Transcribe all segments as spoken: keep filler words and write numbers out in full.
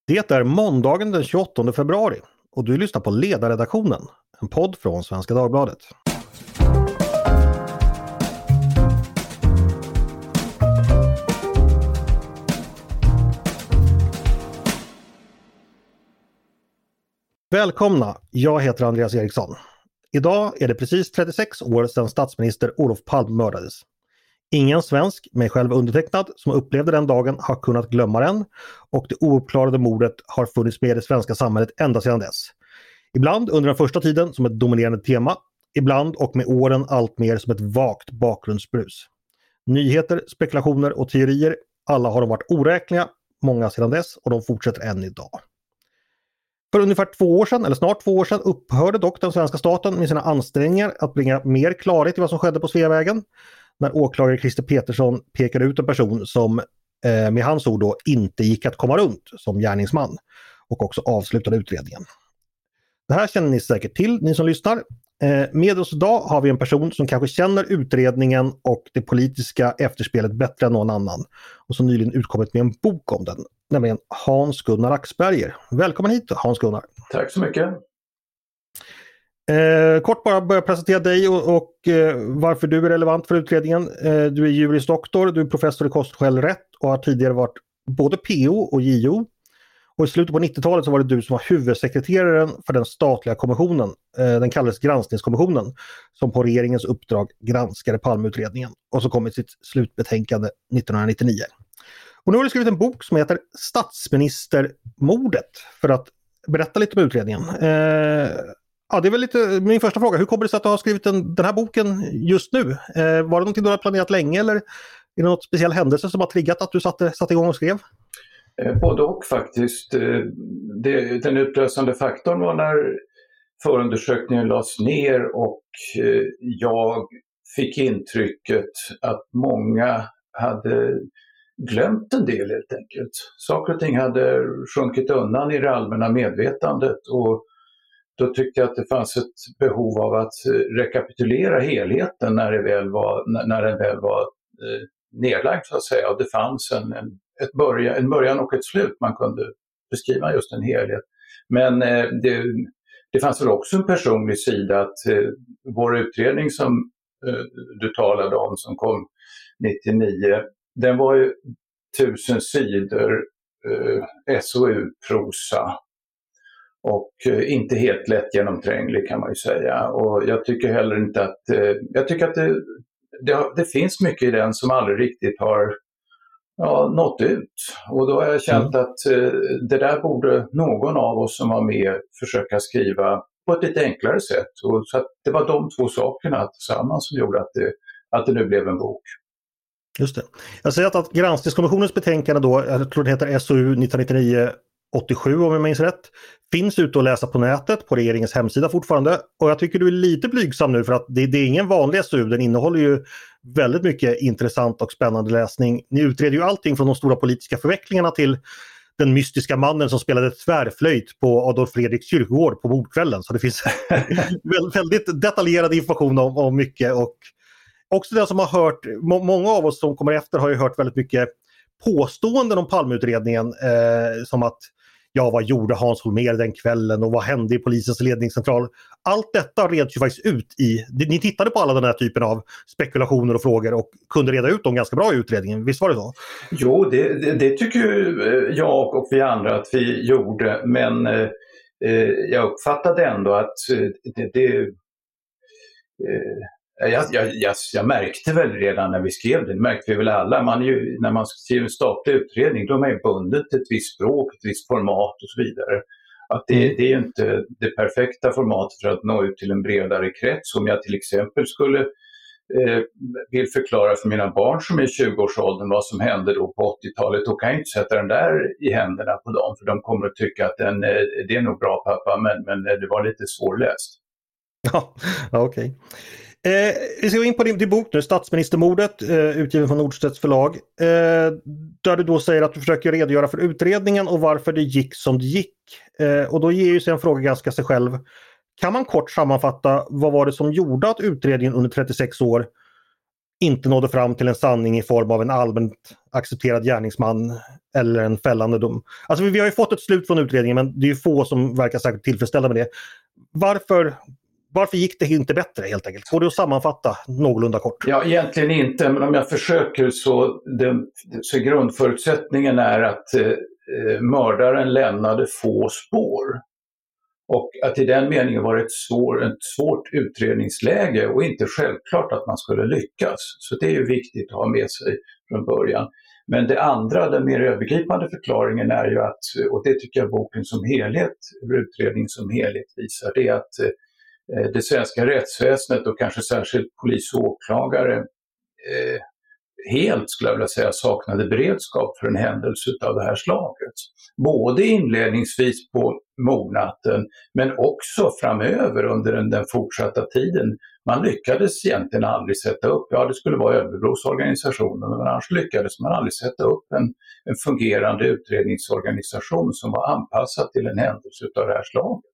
Det är måndagen den tjugoåttonde februari och du lyssnar på Ledarredaktionen, en podd från Svenska Dagbladet. Välkomna, jag heter Andreas Eriksson. Idag är det precis trettiosex år sedan statsminister Olof Palme mördades. Ingen svensk, mig själv undertecknad, som upplevde den dagen har kunnat glömma den och det ouppklarade mordet har funnits med i det svenska samhället ända sedan dess. Ibland under den första tiden som ett dominerande tema, ibland och med åren allt mer som ett vagt bakgrundsbrus. Nyheter, spekulationer och teorier, alla har de varit oräkneliga, många sedan dess och de fortsätter än idag. För ungefär två år sedan, eller snart två år sedan, upphörde dock den svenska staten med sina ansträngningar att bringa mer klarhet i vad som skedde på Sveavägen. När åklagare Christer Petersson pekade ut en person som eh, med hans ord då inte gick att komma runt som gärningsman och också avslutade utredningen. Det här känner ni säkert till, ni som lyssnar. Eh, med oss idag har vi en person som kanske känner utredningen och det politiska efterspelet bättre än någon annan och som nyligen utkommit med en bok om den, nämligen Hans-Gunnar Axberger. Välkommen hit Hans-Gunnar. Tack så mycket. Eh, kort bara börja presentera dig och, och eh, varför du är relevant för utredningen. Eh, du är juris doktor, du är professor i konstitutionell rätt och har tidigare varit både P O och J O. Och i slutet på nittiotalet så var det du som var huvudsekreteraren för den statliga kommissionen, eh, den kallades granskningskommissionen, som på regeringens uppdrag granskade Palmeutredningen och så kom i sitt slutbetänkande nittonhundranittionio. Och nu har du skrivit en bok som heter Statsministermordet för att berätta lite om utredningen. Eh, Ja, det är väl lite min första fråga. Hur kommer det sig att du har skrivit den, den här boken just nu? Eh, var det någonting du har planerat länge eller är det något speciell händelse som har triggat att du satte, satte igång och skrev? Eh, både och faktiskt. Eh, det, den utlösande faktorn var när förundersökningen lades ner och eh, jag fick intrycket att många hade glömt en del helt enkelt. Saker och ting hade sjunkit undan i det allmänna medvetandet och då tyckte jag att det fanns ett behov av att rekapitulera helheten när, det väl var, när den väl var eh, nedlagd så att säga. Och det fanns en, en, ett börja, en början och ett slut, man kunde beskriva just en helhet. Men eh, det, det fanns väl också en personlig sida att eh, vår utredning som eh, du talade om som kom nittionio, den var ju tusen sidor eh, S O U-prosa. Och eh, inte helt lätt genomtränglig kan man ju säga. Och jag tycker heller inte att, eh, jag tycker att det, det, det finns mycket i den som aldrig riktigt har ja, nått ut. Och då har jag känt mm. att eh, det där borde någon av oss som var med försöka skriva på ett lite enklare sätt. Och så att det var de två sakerna tillsammans som gjorde att det, att det nu blev en bok. Just det. Jag säger att, att granskningskommissionens betänkande då, jag tror det heter S O U nittonhundranittionio åttiosju om jag minns rätt, finns ute att läsa på nätet på regeringens hemsida fortfarande och jag tycker du är lite blygsam nu för att det, det är ingen vanlig S O U, den innehåller ju väldigt mycket intressant och spännande läsning. Ni utreder ju allting från de stora politiska förvecklingarna till den mystiska mannen som spelade tvärflöjt på Adolf Fredriks kyrkogård på mordkvällen, så det finns väldigt detaljerad information om, om mycket och också den som har hört, må, många av oss som kommer efter har ju hört väldigt mycket påståenden om Palmeutredningen eh, som att ja, vad gjorde Hans Holmér den kvällen och vad hände i polisens ledningscentral? Allt detta reds ju faktiskt ut i, ni tittade på alla den här typen av spekulationer och frågor och kunde reda ut dem ganska bra i utredningen, visst var det så? Jo, det, det, det tycker jag och vi andra att vi gjorde, men eh, jag uppfattade ändå att det, det eh, Jag, jag, jag, jag märkte väl redan när vi skrev det, det märkte vi väl alla, man är ju, när man skriver en statlig utredning då är man ju bundet till ett visst språk, ett visst format och så vidare. Att det, det är ju inte det perfekta formatet för att nå ut till en bredare krets. Om jag till exempel skulle eh, vill förklara för mina barn som är i tjugoårsåldern vad som hände då på åttiotalet, då kan jag inte sätta den där i händerna på dem för de kommer att tycka att den, det är nog bra pappa men, men det var lite svårläst. Ja, okej. Okay. Eh, vi ska gå in på din, din bok nu, Statsministermordet, eh, utgiven från Nordstedts förlag. Eh, där du då säger att du försöker redogöra för utredningen och varför det gick som det gick. Eh, och då ger ju sig en fråga ganska sig själv. Kan man kort sammanfatta vad var det som gjorde att utredningen under trettiosex år inte nådde fram till en sanning i form av en allmänt accepterad gärningsman eller en fällande dom. Alltså vi, vi har ju fått ett slut från utredningen, men det är ju få som verkar särskilt tillfredsställda med det. Varför, varför gick det inte bättre helt enkelt? Går det att sammanfatta någorlunda kort? Ja, egentligen inte, men om jag försöker så, det, så grundförutsättningen är att eh, mördaren lämnade få spår. Och att i den meningen var det ett, svår, ett svårt utredningsläge och inte självklart att man skulle lyckas. Så det är ju viktigt att ha med sig från början. Men det andra, den mer övergripande förklaringen är ju att, och det tycker jag boken som helhet, utredningen som helhet visar, det är att eh, det svenska rättsväsendet och kanske särskilt polis och åklagare eh, helt, skulle jag vilja säga, saknade beredskap för en händelse av det här slaget. Både inledningsvis på mordnatten men också framöver under den, den fortsatta tiden. Man lyckades egentligen aldrig sätta upp, ja det skulle vara Örebrotsorganisationen, men annars lyckades man aldrig sätta upp en, en fungerande utredningsorganisation som var anpassad till en händelse av det här slaget.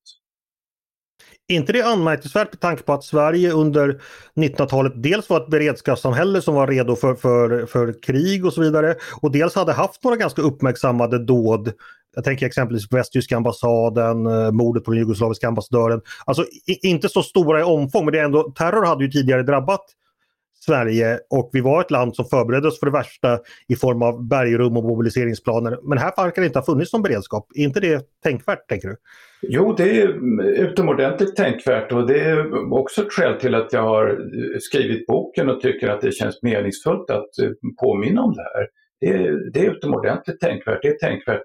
Inte det anmärkningsvärt med tanke på att Sverige under nittonhundratalet dels var ett beredskapssamhälle som var redo för, för, för krig och så vidare, och dels hade haft några ganska uppmärksammade dåd. Jag tänker exempelvis på västtyska ambassaden, mordet på den jugoslaviska ambassadören. Alltså i, inte så stora i omfång, men det är ändå, terror hade ju tidigare drabbat Sverige och vi var ett land som förberedde oss för det värsta i form av bergrum och mobiliseringsplaner. Men här verkar det inte ha funnits någon beredskap. Är inte det tänkvärt, tänker du? Jo, det är utomordentligt tänkvärt och det är också ett skäl till att jag har skrivit boken och tycker att det känns meningsfullt att påminna om det här. Det är, det är utomordentligt tänkvärt. Det är tänkvärt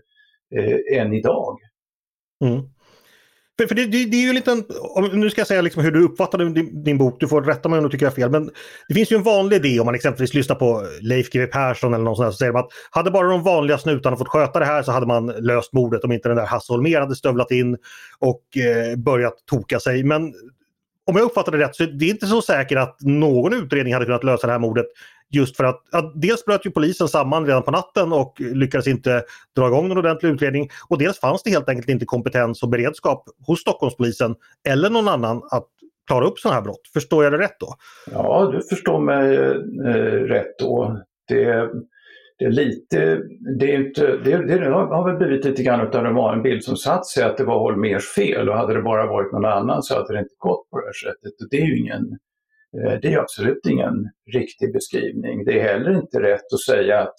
eh, än idag. Mm. För, för det, det, det är ju lite en, nu ska jag säga liksom hur du uppfattade din, din bok, du får rätta mig om du tycker jag är fel, men det finns ju en vanlig idé om man exempelvis lyssnar på Leif G W Persson eller någon sån här, så säger man att hade bara de vanliga snutarna fått sköta det här så hade man löst mordet om inte den där Hasse Holmér hade stövlat in och eh, börjat toka sig. Men om jag uppfattar det rätt så är det inte så säkert att någon utredning hade kunnat lösa det här mordet, just för att, att dels bröt ju polisen samman redan på natten och lyckades inte dra igång någon ordentlig utredning, och dels fanns det helt enkelt inte kompetens och beredskap hos Stockholmspolisen eller någon annan att klara upp sådana här brott. Förstår jag det rätt då? Ja, du förstår mig eh, rätt då. Det, det är lite, det är inte, det, det har väl blivit lite grann utan det var en bild som satt sig att det var Holmérs fel, och hade det bara varit någon annan så hade det inte gått på det här sättet. Och det är ju ingen Det är absolut ingen riktig beskrivning. Det är heller inte rätt att säga att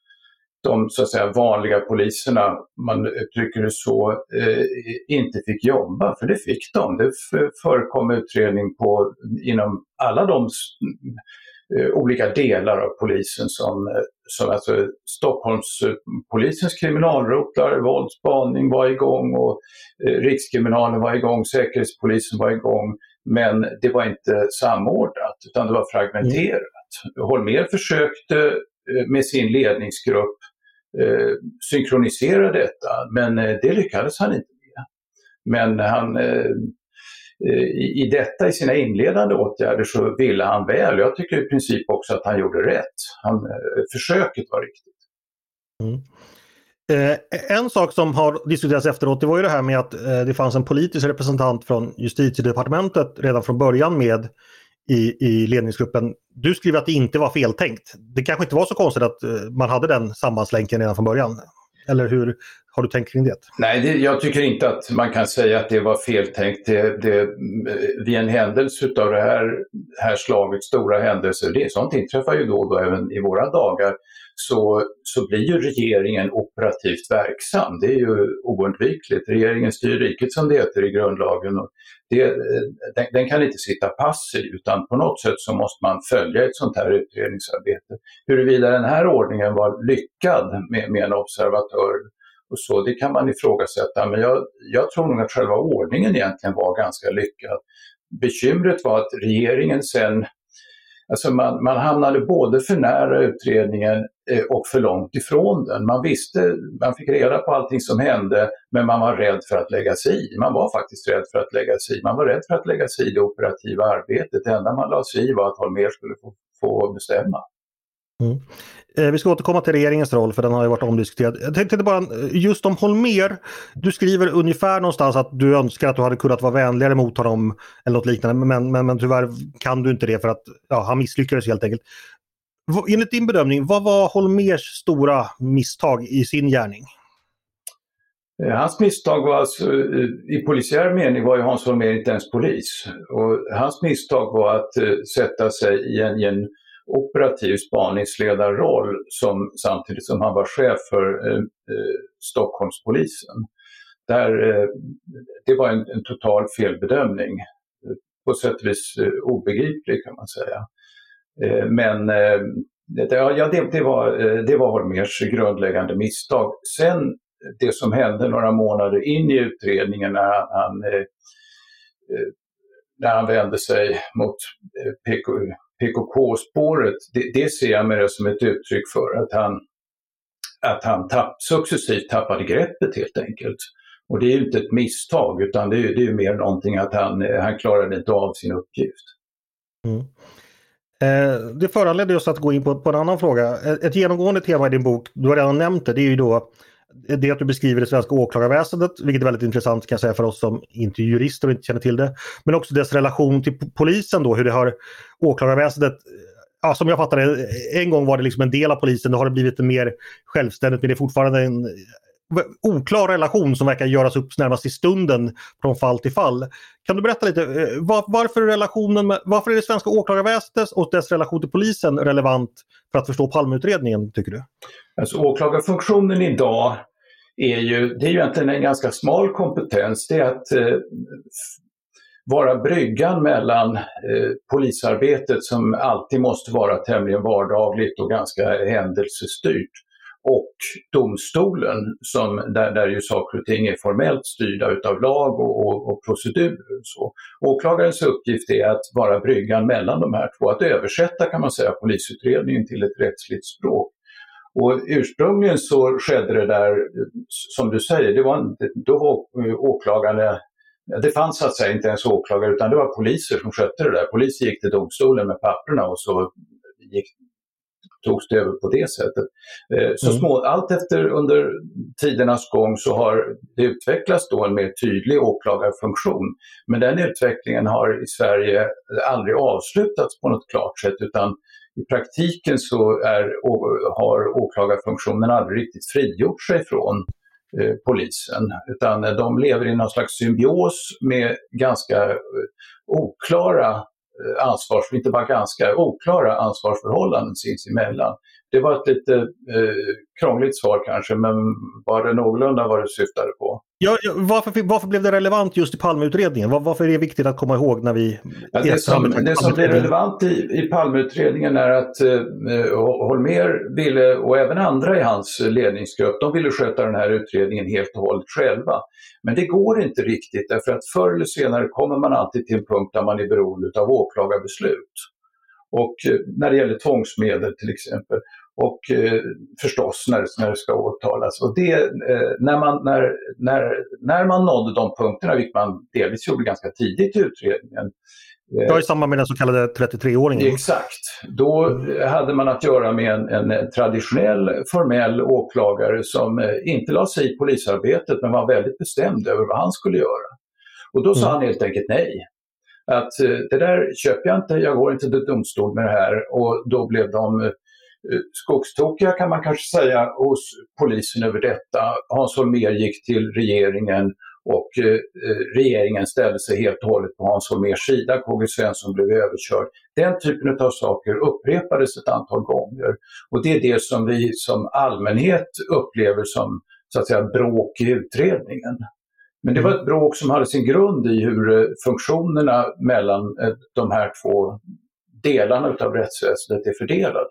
de så att säga vanliga poliserna, man uttrycker det så, eh, inte fick jobba, för det fick de. Det förekom utredning på inom alla de eh, olika delar av polisen som, som alltså Stockholmspolisens kriminalrotlar, våldsspaning var igång och eh, Rikskriminalen var igång, Säkerhetspolisen var igång. Men det var inte samordnat utan det var fragmenterat. Mm. Holmér försökte med sin ledningsgrupp eh, synkronisera detta, men eh, det lyckades han inte med. Men han, eh, i, i detta, i sina inledande åtgärder, så ville han väl. Jag tycker i princip också att han gjorde rätt. Han, eh, försöket var riktigt. Mm. Eh, en sak som har diskuterats efteråt, det var ju det här med att eh, det fanns en politisk representant från Justitiedepartementet redan från början med i, i ledningsgruppen. Du skriver att det inte var feltänkt. Det kanske inte var så konstigt att eh, man hade den sammanslänken redan från början. Eller hur har du tänkt kring det? Nej, det, jag tycker inte att man kan säga att det var feltänkt. Det, det, vid en händelse av det här, här slaget, stora händelser, det, sånt inträffar ju då och då även i våra dagar, så, så blir ju regeringen operativt verksam. Det är ju oundvikligt. Regeringen styr riket som det heter i grundlagen. Och det, den, den kan inte sitta passiv, utan på något sätt så måste man följa ett sånt här utredningsarbete. Huruvida den här ordningen var lyckad med, med en observatör och så, det kan man ifrågasätta, men jag, jag tror nog att själva ordningen egentligen var ganska lyckad. Bekymret var att regeringen sen, alltså man, man hamnade både för nära utredningen eh, och för långt ifrån den. Man visste, man fick reda på allting som hände, men man var rädd för att lägga sig i. Man var faktiskt rädd för att lägga sig i. Man var rädd för att lägga sig i det operativa arbetet. Det enda man la sig i var att Holmér skulle få, få bestämma. Mm. Eh, vi ska återkomma till regeringens roll, för den har ju varit omdiskuterad. Jag tänkte bara just om Holmér. Du skriver ungefär någonstans att du önskar att du hade kunnat vara vänligare mot honom eller något liknande, men, men, men tyvärr kan du inte det för att ja, han misslyckades helt enkelt. Enligt din bedömning, vad var Holmérs stora misstag i sin gärning? Hans misstag var alltså, i polisiär mening var ju Hans Holmér inte ens polis. Och hans misstag var att uh, sätta sig i en, i en operativ spaningsledarroll som, samtidigt som han var chef för uh, uh, Stockholmspolisen. Där, uh, det var en, en total felbedömning. Uh, på sätt och vis uh, obegriplig kan man säga. Uh, men uh, det, ja, det, det, var, uh, det var Holmérs grundläggande misstag. Sen det som hände några månader in i utredningen när han, han, eh, när han vände sig mot P K K-spåret, det, det ser jag med det som ett uttryck för att han, att han tapp, successivt tappade greppet helt enkelt. Och det är ju inte ett misstag utan det är, det är mer någonting att han, han klarade inte av sin uppgift. Mm. Eh, det föranledde oss att gå in på, på en annan fråga. Ett, ett genomgående tema i din bok, du har redan nämnt det, det är ju då det att du beskriver det svenska åklagarväsendet, vilket är väldigt intressant kan jag säga för oss som inte är jurister och inte känner till det. Men också dess relation till polisen då, hur det har åklagarväsendet, ja, som jag fattar det, en gång var det liksom en del av polisen, då har det blivit en mer självständigt, men det är fortfarande en oklar relation som verkar göras upp närmast i stunden från fall till fall. Kan du berätta lite, var, varför, är relationen med, varför är det svenska åklagarväsendet och dess relation till polisen relevant för att förstå Palmeutredningen, tycker du? Alltså åklagarfunktionen idag är ju, det är ju egentligen en ganska smal kompetens. Det är att eh, vara bryggan mellan eh, polisarbetet som alltid måste vara tämligen vardagligt och ganska händelsestyrt och domstolen som, där, där ju saker och ting är formellt styrda utav lag och, och, och procedurer. Så. Åklagarens uppgift är att vara bryggan mellan de här två, att översätta kan man säga polisutredningen till ett rättsligt språk. Och ursprungligen så skedde det där, som du säger, det var en, då var åklagarna, det fanns så att säga inte ens åklagare utan det var poliser som skötte det där. Poliser gick till domstolen med papperna och så gick, togs det över på det sättet. Så små, allt efter under tidernas gång så har det utvecklats då en mer tydlig åklagarfunktion. Men den utvecklingen har i Sverige aldrig avslutats på något klart sätt utan i praktiken så är, har åklagarfunktionen aldrig riktigt frigjort sig från eh, polisen utan de lever i någon slags symbios med ganska eh, oklara eh, ansvars, inte bara ganska oklara ansvarsförhållanden sinsemellan. Det var ett lite eh, krångligt svar kanske, men var det någorlunda vad du syftade på? Ja, varför, varför blev det relevant just i Palmeutredningen? Var, varför är det viktigt att komma ihåg när vi... Ja, det, som, det som blev relevant i, i Palmeutredningen är att eh, Holmér ville, och även andra i hans ledningsgrupp, de ville sköta den här utredningen helt och hållet själva. Men det går inte riktigt därför att förr eller senare kommer man alltid till en punkt där man är beroende av åklagarbeslut. Och eh, när det gäller tvångsmedel till exempel. Och eh, förstås när, när det ska åtalas. Och det, eh, när, man, när, när, när man nådde de punkterna, vilket man delvis gjorde ganska tidigt i utredningen. Eh, det var i samband med den så kallade trettiotre-åringen. Exakt. Då mm. hade man att göra med en, en traditionell formell åklagare som eh, inte la sig i polisarbetet men var väldigt bestämd över vad han skulle göra. Och då sa mm. han helt enkelt nej. Att eh, det där köper jag inte, jag går inte till domstol med det här. Och då blev de skogstokiga kan man kanske säga hos polisen över detta. Hans Holmér gick till regeringen och eh, regeringen ställde sig helt och hållet på Hans Holmérs sida. K G Svensson blev överkörd. Den typen av saker upprepades ett antal gånger och det är det som vi som allmänhet upplever som så att säga bråk i utredningen. Men det var ett bråk som hade sin grund i hur funktionerna mellan de här två delarna av rättsväsendet är fördelade.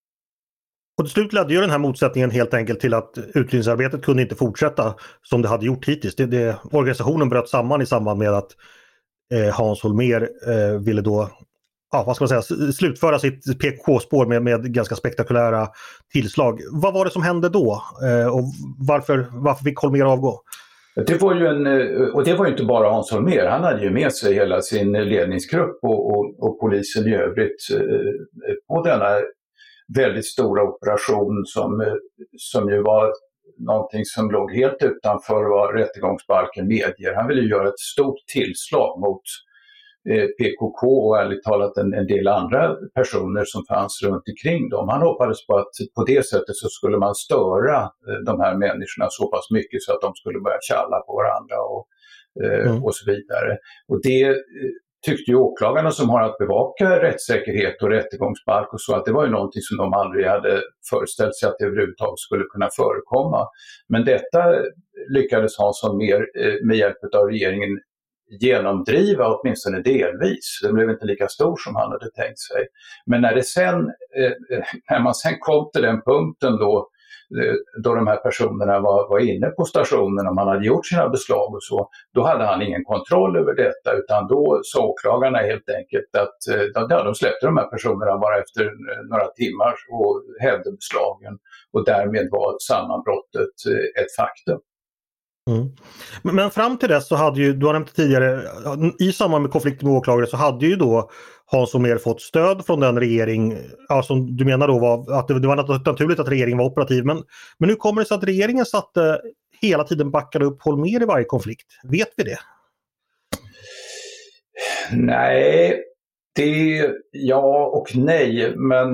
Och till slut ledde ju den här motsättningen helt enkelt till att utredningsarbetet kunde inte fortsätta som det hade gjort hittills. Det, det, organisationen bröt samman i samband med att eh, Hans Holmér eh, ville då, ja, vad ska man säga, slutföra sitt P K K-spår med, med ganska spektakulära tillslag. Vad var det som hände då? Eh, och varför, varför fick Holmér avgå? Det var ju en, och det var ju inte bara Hans Holmér, han hade ju med sig hela sin ledningsgrupp och, och, och polisen i övrigt eh, på denna väldigt stora operation som, som ju var någonting som låg helt utanför vad rättegångsbalken medger. Han ville göra ett stort tillslag mot eh, P K K och ärligt talat en, en del andra personer som fanns runt omkring dem. Han hoppades på att på det sättet så skulle man störa eh, de här människorna så pass mycket så att de skulle börja tjalla på varandra och, eh, mm. och så vidare. Och det eh, tyckte ju åklagarna som har att bevaka rättssäkerhet och rättegångsbalk och så, att det var ju någonting som de aldrig hade föreställt sig att det överhuvudtaget skulle kunna förekomma. Men detta lyckades Hansson mer med hjälp av regeringen genomdriva, åtminstone delvis. Den blev inte lika stor som han hade tänkt sig. Men när, det sen, när man sen kom till den punkten då då de här personerna var, var inne på stationen och man hade gjort sina beslag och så, då hade han ingen kontroll över detta, utan då sa åklagarna helt enkelt att ja, de släppte de här personerna bara efter några timmar och hävde beslagen, och därmed var sammanbrottet ett faktum. Mm. Men, men fram till dess så hade ju, du har nämnt tidigare, i samband med konflikten med åklagare så hade ju då Hans Holmér fått stöd från den regering, ja, som du menar då var att det, det var naturligt att regeringen var operativ, men, men nu kommer det så att regeringen satte hela tiden backade upp Holmér i varje konflikt. Vet vi det? Nej, det ja och nej, men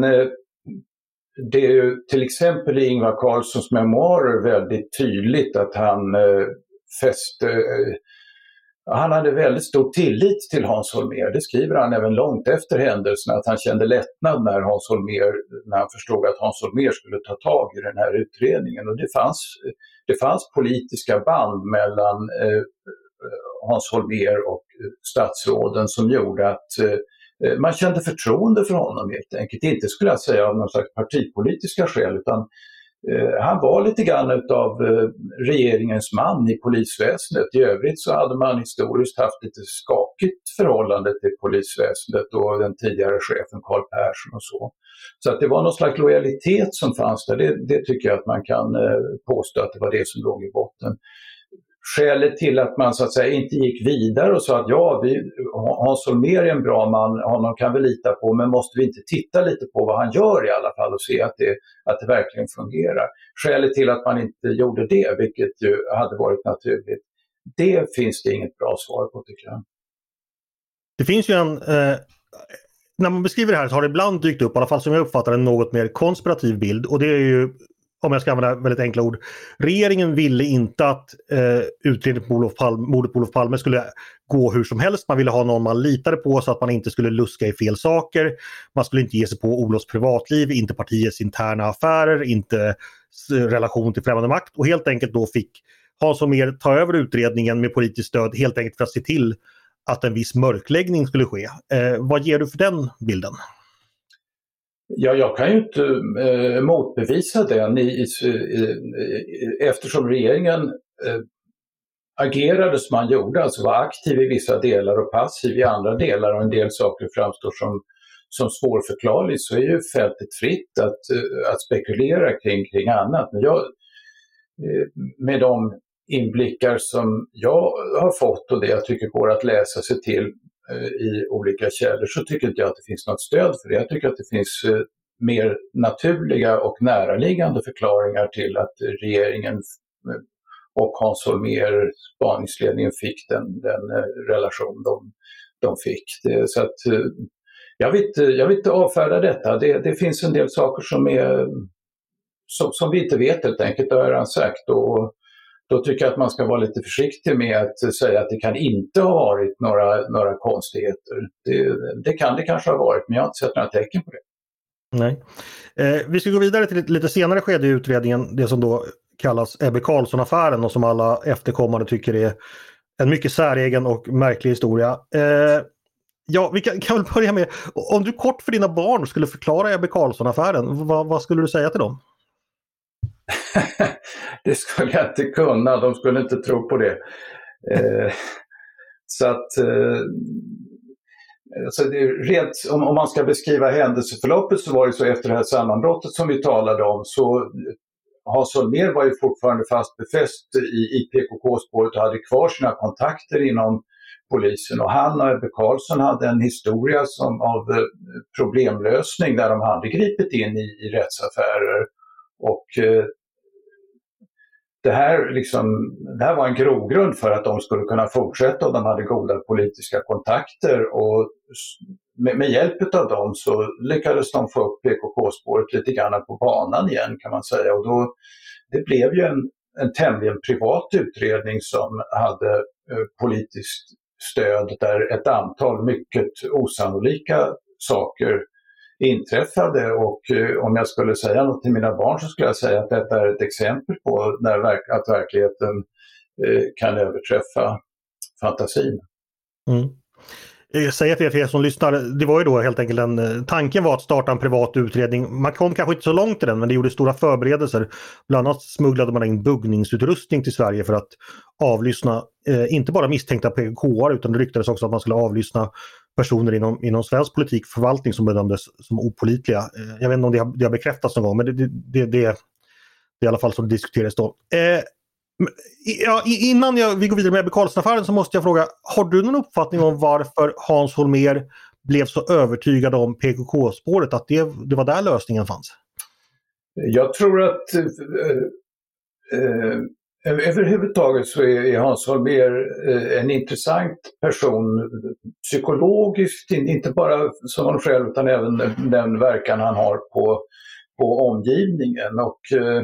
det är ju till exempel i Ingvar Carlssons memoarer väldigt tydligt att han eh, fäste, eh, han hade väldigt stor tillit till Hans Holmér. Det skriver han även långt efter händelsen, att han kände lättnad när Hans Holmér, när han förstod att Hans Holmér skulle ta tag i den här utredningen. Och det fanns, det fanns politiska band mellan eh, Hans Holmér och statsråden som gjorde att eh, man kände förtroende för honom helt enkelt. Inte skulle jag säga av någon slags partipolitiska skäl, utan eh, han var lite grann utav eh, regeringens man i polisväsendet. I övrigt så hade man historiskt haft lite skakigt förhållande till polisväsendet och den tidigare chefen Carl Persson och så. Så att det var någon slags lojalitet som fanns där. Det, det tycker jag att man kan eh, påstå att det var det som låg i botten. Skälet till att man så att säga inte gick vidare och sa att ja, vi, Hans Holmér är en bra man, honom kan vi lita på, men måste vi inte titta lite på vad han gör i alla fall och se att det, att det verkligen fungerar. Skälet till att man inte gjorde det, vilket ju hade varit naturligt, det finns det inget bra svar på, tycker jag. Det finns ju en, eh, när man beskriver det här så har det ibland dykt upp, i alla fall som jag uppfattar, en något mer konspirativ bild, och det är ju, om jag ska använda väldigt enkla ord, regeringen ville inte att eh, utredningen på Olof Palme, mordet på Olof Palme skulle gå hur som helst. Man ville ha någon man litade på så att man inte skulle luska i fel saker. Man skulle inte ge sig på Olofs privatliv, inte partiets interna affärer, inte relation till främmande makt. Och helt enkelt då fick Hans Holmér ta över utredningen med politiskt stöd, helt enkelt för att se till att en viss mörkläggning skulle ske. Eh, vad ger du för den bilden? Ja, jag kan ju inte eh, motbevisa den i, i, i, eftersom regeringen eh, agerade som man gjorde, alltså var aktiv i vissa delar och passiv i andra delar, och en del saker framstår som, som svårförklarligt, så är ju fältet fritt att, att spekulera kring, kring annat. Men jag, eh, med de inblickar som jag har fått och det jag tycker går att läsa sig till i olika källor, så tycker inte jag att det finns något stöd för det. Jag tycker att det finns eh, mer naturliga och näraliggande förklaringar till att regeringen och Hans Holmér, spaningsledningen, fick den, den eh, relation de, de fick. Det, så att, eh, jag, vill inte, jag vill inte avfärda detta. Det, det finns en del saker som, är, som, som vi inte vet helt enkelt, det har jag redan sagt. Och då tycker jag att man ska vara lite försiktig med att säga att det kan inte ha varit några, några konstigheter. Det, det kan det kanske ha varit, men jag har inte sett några tecken på det. Nej. Eh, vi ska gå vidare till ett lite senare skede i utredningen, det som då kallas Ebbe Carlsson-affären och som alla efterkommande tycker är en mycket säregen och märklig historia. Eh, ja, vi kan, kan väl börja med, om du kort för dina barn skulle förklara Ebbe Carlsson-affären, vad, vad skulle du säga till dem? Det skulle jag inte kunna, de skulle inte tro på det. Eh, så att eh, så det är rent, om, om man ska beskriva händelseförloppet, så var det så efter det här sammanbrottet som vi talade om, så Hans Holmér var ju fortfarande fast befäst i, i P K K-spåret och hade kvar sina kontakter inom polisen, och han och Ebbe Carlsson hade en historia som, av eh, problemlösning där de hade gripit in i, i rättsaffärer. Och eh, det här, liksom, det här var en grogrund för att de skulle kunna fortsätta och de hade goda politiska kontakter och med, med hjälp av dem så lyckades de få upp P K K-spåret lite grann på banan igen kan man säga och då, det blev ju en, en tämligen privat utredning som hade eh, politiskt stöd där ett antal mycket osannolika saker inträffade och eh, om jag skulle säga något till mina barn så skulle jag säga att detta är ett exempel på när verk- att verkligheten eh, kan överträffa fantasin. Mm. Jag säger till er, till er som lyssnar, det var ju då helt enkelt en, tanken var att starta en privat utredning. Man kom kanske inte så långt i den men det gjorde stora förberedelser. Bland annat smugglade man in buggningsutrustning till Sverige för att avlyssna eh, inte bara misstänkta P K K-are utan det ryktades också att man skulle avlyssna personer inom, inom svensk politik och förvaltning som bedömdes som opålitliga. Eh, jag vet inte om det har, det har bekräftats någon gång men det, det, det, det, det är i alla fall som det diskuteras då. Eh, Ja, innan jag, vi går vidare med Ebbe Carlsson-affären så måste jag fråga, har du någon uppfattning om varför Hans Holmér blev så övertygad om P K K-spåret, att det, det var där lösningen fanns? Jag tror att eh, eh, överhuvudtaget så är, är Hans Holmér eh, en intressant person psykologiskt, inte bara som han själv utan även den, den verkan han har på, på omgivningen och eh,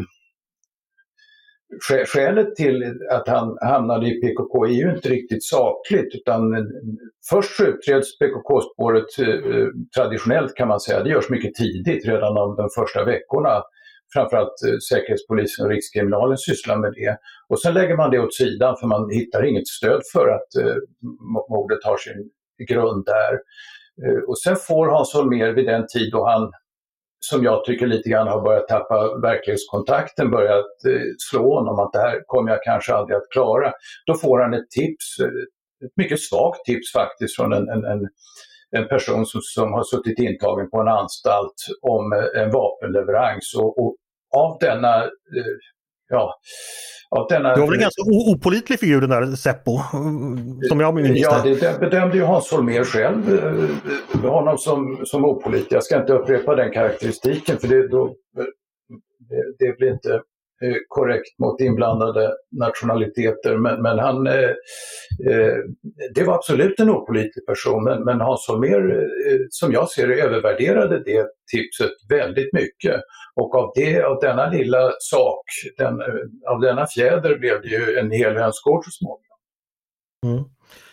Skälet till att han hamnade i P K K är ju inte riktigt sakligt utan först utreds P K K-spåret eh, traditionellt kan man säga. Det görs mycket tidigt, redan om de första veckorna. Framförallt eh, Säkerhetspolisen och Rikskriminalen sysslar med det. Och sen lägger man det åt sidan för man hittar inget stöd för att eh, mordet har sin grund där. Eh, och sen får Hans Holmér vid den tid då han som jag tycker lite grann har börjat tappa verklighetskontakten, börjat eh, slå honom att det här kommer jag kanske aldrig att klara. Då får han ett tips, ett mycket svagt tips faktiskt från en, en, en, en person som, som har suttit intagen på en anstalt om eh, en vapenleverans och, och av denna, eh, ja, av denna... Det var väl en ganska opålitlig figur den där Seppo, som jag minns. Ja, det bedömde ju Hans Holmér själv eh, honom som, som opålitlig. Jag ska inte upprepa den karaktäristiken för det, då, det, det blir inte eh, korrekt mot inblandade nationaliteter. Men, men han, eh, eh, det var absolut en opålitlig person. Men, men Hans Holmér, eh, som jag ser det, övervärderade det tipset väldigt mycket. Och av, det, av denna lilla sak, den, av denna fjäder blev det ju en hel hönsgård så småningom. Mm.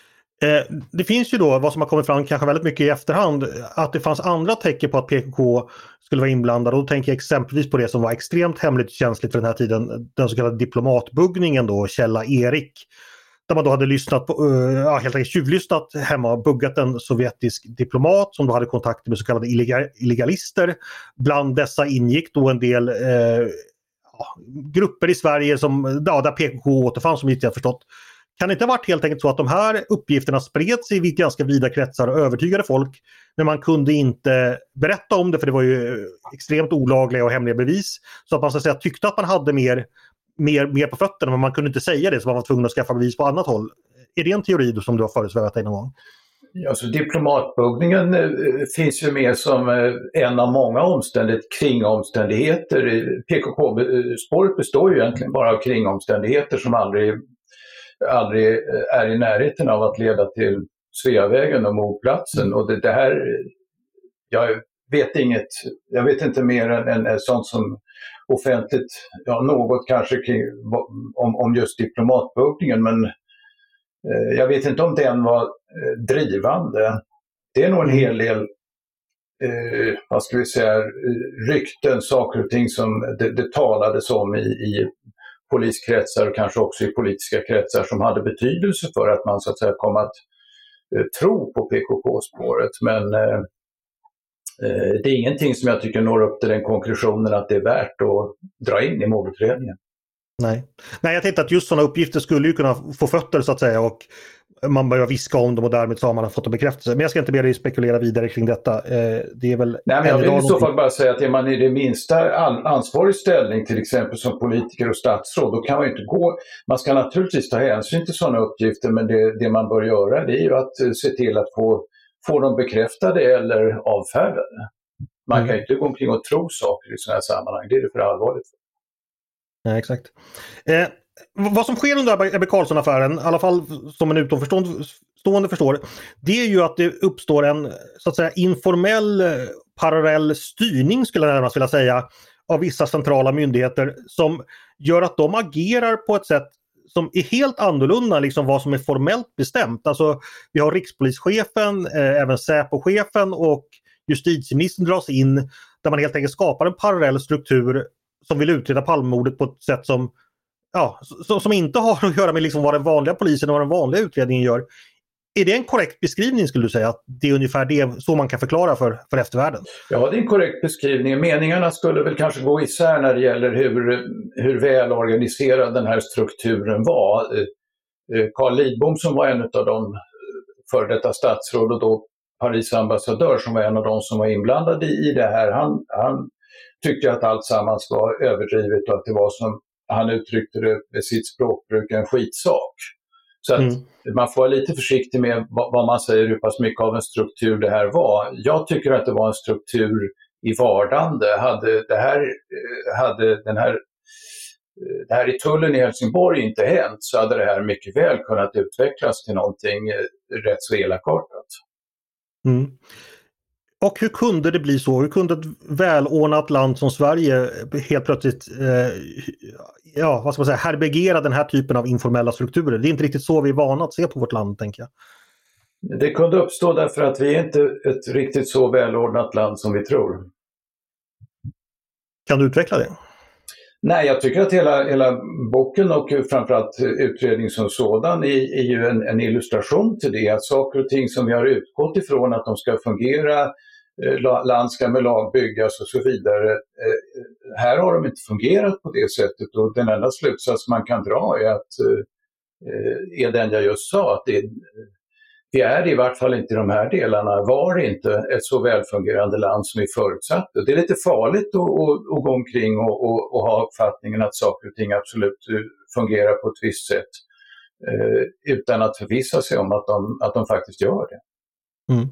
Eh, det finns ju då vad som har kommit fram kanske väldigt mycket i efterhand att det fanns andra tecken på att P K K skulle vara inblandad och då tänker jag exempelvis på det som var extremt hemligt känsligt för den här tiden, den så kallade diplomatbuggningen då, Källa Erik. Där man då hade lyssnat på, uh, ja, helt enkelt tjuvlyssnat hemma och buggat en sovjetisk diplomat som då hade kontakter med så kallade illegal- illegalister. Bland dessa ingick då en del uh, ja, grupper i Sverige som, ja, där P K K återfanns som inte jag förstått. Kan det inte ha varit helt enkelt så att de här uppgifterna spred sig i ganska vida kretsar och övertygade folk, men man kunde inte berätta om det för det var ju extremt olagliga och hemliga bevis, så att man så att säga tyckte att man hade mer Mer, mer på fötterna, men man kunde inte säga det så man var tvungen att skaffa bevis på annat håll. Är det en teori som du har föresvävat dig någon gång? Ja, så diplomatbuggningen eh, finns ju med som eh, en av många omständigheter, kringomständigheter. P K K-spåret består ju egentligen bara av kringomständigheter som aldrig, aldrig är i närheten av att leda till Sveavägen och mordplatsen. Och det, det här, jag vet inget, jag vet inte mer än, än sånt som offentligt, ja, något kanske kring, om, om just diplomatbuggningen, men eh, jag vet inte om den var eh, drivande. Det är nog en hel del eh, vad ska vi säga, rykten, saker och ting som det, det talades om i, i poliskretsar och kanske också i politiska kretsar som hade betydelse för att man så att säga kom att eh, tro på P K K-spåret, men eh, det är ingenting som jag tycker når upp till den konklusionen att det är värt att dra in i mordutredningen. Nej. Nej, jag tänkte att just sådana uppgifter skulle ju kunna få fötter så att säga och man börjar viska om dem och därmed så har man fått en bekräftelse. Men jag ska inte be dig spekulera vidare kring detta. Det är väl Nej, men jag vill i så fall bara säga att är man i det minsta ansvarig ställning till exempel som politiker och statsråd, då kan man ju inte gå, man ska naturligtvis ta hänsyn till sådana uppgifter, men det, det man bör göra det är ju att se till att få Får de bekräftade eller avfärdade? Man kan ju inte gå omkring och tro saker i sådana här sammanhang. Det är det för allvarligt. Ja, exakt. Eh, vad som sker under Ebbe Carlsson-affären, i alla fall som en utomstående förstår, det är ju att det uppstår en så att säga informell parallell styrning, skulle jag närmast vilja säga, av vissa centrala myndigheter som gör att de agerar på ett sätt som är helt annorlunda liksom vad som är formellt bestämt. Alltså vi har rikspolischefen, eh, även Säpo-chefen och justitieministern dras in, där man helt enkelt skapar en parallell struktur som vill utreda Palmemordet på ett sätt som, ja, som inte har att göra med liksom vad den vanliga polisen och vad den vanliga utredningen gör. Är det en korrekt beskrivning, skulle du säga, att det är ungefär det så man kan förklara för, för eftervärlden? Ja, det är en korrekt beskrivning. Meningarna skulle väl kanske gå isär när det gäller hur, hur väl organiserad den här strukturen var. Carl Lidbom, som var en av de före detta statsråd och då Paris ambassadör, som var en av de som var inblandade i det här, han, han tyckte att allt sammans var överdrivet och att det var, som han uttryckte det med sitt språkbruk, en skitsak. Så att mm. man får vara lite försiktig med vad man säger, hur pass mycket av en struktur det här var. Jag tycker att det var en struktur i vardande. Hade, det här, hade den här, det här i tullen i Helsingborg inte hänt, så hade det här mycket väl kunnat utvecklas till någonting rätt så elakartat. Mm. Och hur kunde det bli så? Hur kunde ett välordnat land som Sverige helt plötsligt eh, ja, vad ska man säga, härbärgera den här typen av informella strukturer? Det är inte riktigt så vi är vana att se på vårt land, tänker jag. Det kunde uppstå därför att vi är inte ett riktigt så välordnat land som vi tror. Kan du utveckla det? Nej, jag tycker att hela, hela boken och framförallt utredningen som sådan är, är ju en, en illustration till det. Att saker och ting som vi har utgått ifrån att de ska fungera, eh, land ska med lag byggas och så vidare. Eh, här har de inte fungerat på det sättet, och den enda slutsats man kan dra är att eh, är den jag just sa, att det, vi är i vart fall inte i de här delarna, var inte ett så välfungerande land som vi förutsatte. Det är lite farligt att, att, att gå omkring och, och, och ha uppfattningen att saker och ting absolut fungerar på ett visst sätt eh, utan att förvissa sig om att de, att de faktiskt gör det. Mm.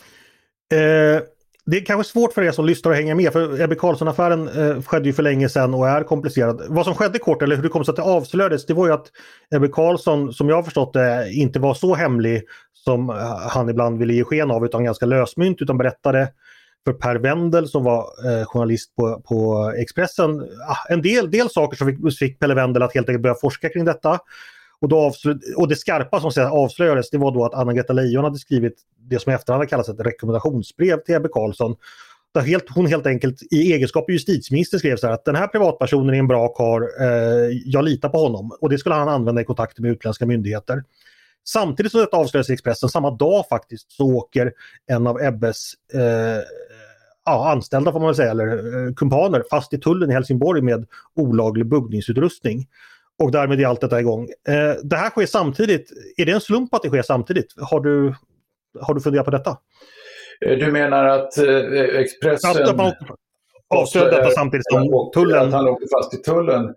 Eh, det är kanske svårt för er som lyssnar att hänga med, för Ebbe Carlsson-affären eh, skedde ju för länge sedan och är komplicerad. Vad som skedde kort, eller hur det kom så att det avslöjades, det var ju att Ebbe Carlsson, som jag har förstått det, inte var så hemlig som han ibland ville ge sken av, utan ganska lösmynt, utan berättade för Per Wendel, som var eh, journalist på, på Expressen, ah, en del, del saker som fick, fick Pelle Wendel att helt enkelt börja forska kring detta. Och, då avslö- och det skarpa som sedan avslöjades, det var då att Anna-Greta Leijon hade skrivit det som i efterhand hade kallats ett rekommendationsbrev till Ebbe Carlsson. Där helt, hon helt enkelt i egenskap av justitieminister skrev så här att den här privatpersonen är en bra karl, eh, jag litar på honom. Och det skulle han använda i kontakter med utländska myndigheter. Samtidigt som det avslöjas i Expressen, samma dag faktiskt, så åker en av Ebbes eh, ja, anställda, får man väl säga, eller eh, kumpaner fast i tullen i Helsingborg med olaglig buggningsutrustning. Och därmed är allt detta igång. Eh, det här sker samtidigt. Är det en slump att det sker samtidigt? Har du, har du funderat på detta? Du menar att eh, Expressen... Att, att man avslöjar detta samtidigt som tullen... Att han åker fast i tullen.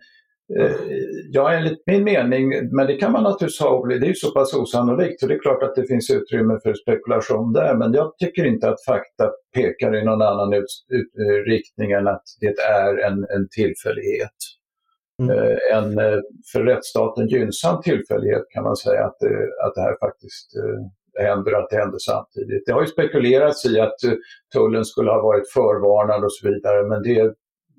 Ja, enligt min mening, men det kan man naturligtvis ha, det är ju så pass osannolikt, så det är klart att det finns utrymme för spekulation där, men jag tycker inte att fakta pekar i någon annan ut, ut, riktning än att det är en, en tillfällighet. Mm. En för rättsstaten gynnsam tillfällighet, kan man säga, att, att det här faktiskt händer, att det händer samtidigt. Det har ju spekulerats i att tullen skulle ha varit förvarnad och så vidare, men det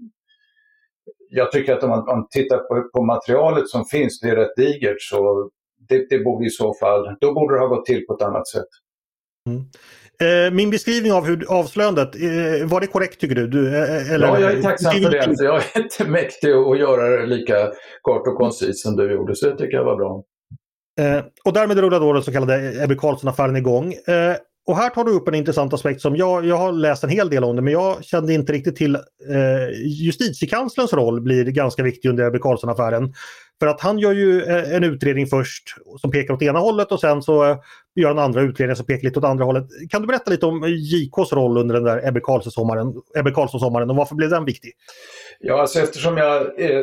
jag tycker att om man, om man tittar på, på materialet som finns, det är rätt digert, så det, det borde i så fall, då borde det ha gått till på ett annat sätt. Mm. Eh, min beskrivning av hur avslöjandet, eh, var det korrekt tycker du? du eh, eller, ja, jag är tacksam för det. Jag är inte mäktig att göra det lika kort och koncist som du gjorde, så det tycker jag var bra. Eh, och därmed rullade då den så kallade Ebbe Carlsson-affären igång. Eh, Och här tar du upp en intressant aspekt som jag, jag har läst en hel del om det, men jag kände inte riktigt till eh, justitiekanslerns roll blir ganska viktig under Ebbe Carlsson-affären. För att han gör ju eh, en utredning först som pekar åt ena hållet och sen så eh, gör han andra utredningar som pekar lite åt andra hållet. Kan du berätta lite om J K:s roll under den där Ebbe Carlsson-sommaren, Ebbe Carlsson-sommaren och varför blev den viktig? Ja, alltså eftersom jag eh,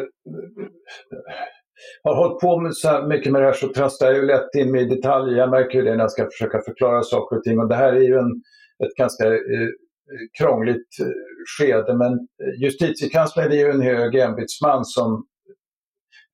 har hållit på med så mycket med det här, så trastar jag ju lätt in med detaljer. Jag märker ju det när jag ska försöka förklara saker och ting. Och det här är ju en, ett ganska eh, krångligt eh, skede. Men justitiekanslern är ju en hög ämbetsman som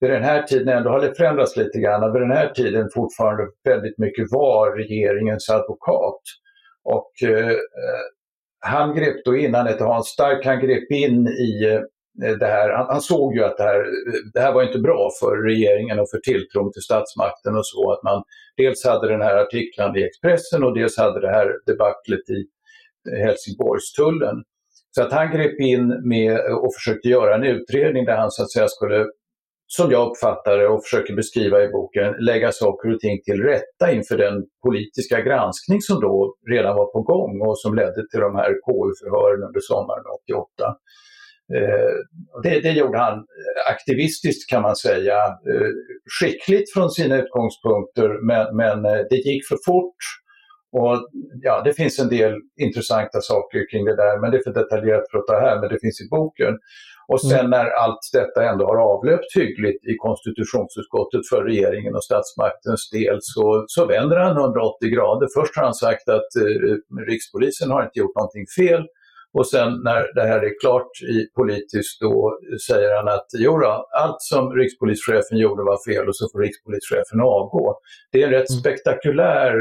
vid den här tiden ändå har det förändrats lite grann. Vid den här tiden fortfarande väldigt mycket var regeringens advokat. Och eh, han grep då in, han heter Hans Stark, han grep in i eh, det här. Han, han såg ju att det här, det här var inte bra för regeringen och för tilltron till statsmakten och så. Att man dels hade den här artiklarna i Expressen och dels hade det här debaclet i Helsingborgstullen. Så att han grep in med och försökte göra en utredning där han så att säga skulle, som jag uppfattar det och försöker beskriva i boken, lägga saker och ting till rätta inför den politiska granskning som då redan var på gång och som ledde till de här K U-förhören under sommaren åttioåtta. Eh, det, det gjorde han aktivistiskt kan man säga, eh, skickligt från sina utgångspunkter, men, men det gick för fort. Och ja, det finns en del intressanta saker kring det där, men det är för detaljerat för att ta här, men det finns i boken. Och sen mm. när allt detta ändå har avlöpt hyggligt i konstitutionsutskottet för regeringen och statsmaktens del så, så vänder han hundraåttio grader. Först har han sagt att eh, Rikspolisen har inte gjort någonting fel. Och sen när det här är klart i politiskt då säger han att jo då, allt som rikspolischefen gjorde var fel och så får rikspolischefen avgå. Det är en rätt spektakulär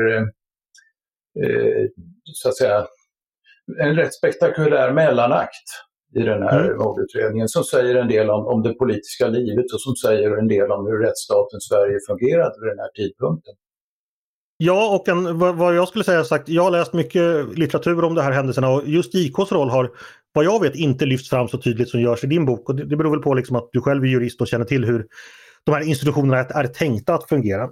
Eh, så att säga, en rätt spektakulär mellanakt i den här mm. mordutredningen som säger en del om, om det politiska livet och som säger en del om hur rättsstaten Sverige fungerade vid den här tidpunkten. Ja, och en, vad, vad jag skulle säga sagt, jag har läst mycket litteratur om de här händelserna och just J K:s roll har, vad jag vet, inte lyfts fram så tydligt som görs i din bok. Och det, det beror väl på liksom att du själv är jurist och känner till hur de här institutionerna är, är tänkta att fungera.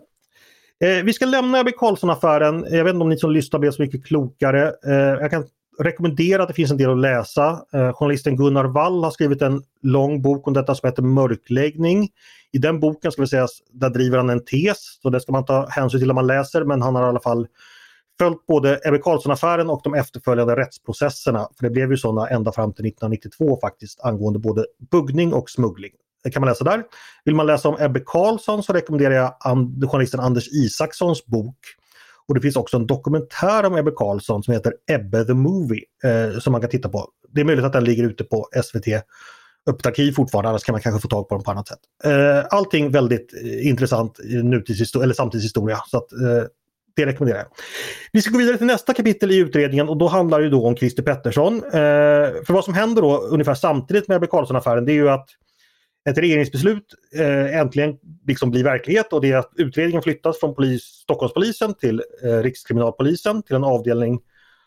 Eh, vi ska lämna Ebbe Carlsson-affären. Jag vet inte om ni som lyssnar blir så mycket klokare. Eh, jag kan rekommendera att det finns en del att läsa. Eh, journalisten Gunnar Wall har skrivit en lång bok om detta som heter Mörkläggning. I den boken ska vi säga, där driver han en tes. Så det ska man ta hänsyn till när man läser. Men han har i alla fall följt både Ebbe Carlsson-affären och de efterföljande rättsprocesserna. För det blev ju sådana ända fram till nittonhundranittiotvå faktiskt angående både buggning och smuggling. Det kan man läsa där. Vill man läsa om Ebbe Carlsson så rekommenderar jag and- journalisten Anders Isakssons bok. Och det finns också en dokumentär om Ebbe Carlsson som heter Ebbe the Movie eh, som man kan titta på. Det är möjligt att den ligger ute på S V T öppet arkiv fortfarande, annars kan man kanske få tag på den på annat sätt. Eh, allting väldigt eh, intressant nutidshistoria eller samtidshistoria, så att eh, det rekommenderar jag. Vi ska gå vidare till nästa kapitel i utredningen och då handlar det då om Christer Pettersson. Eh, för vad som händer då ungefär samtidigt med Ebbe Carlsson-affären, det är ju att ett regeringsbeslut eh, äntligen liksom blir verklighet och det är att utredningen flyttas från polis, Stockholmspolisen till eh, Rikskriminalpolisen till en avdelning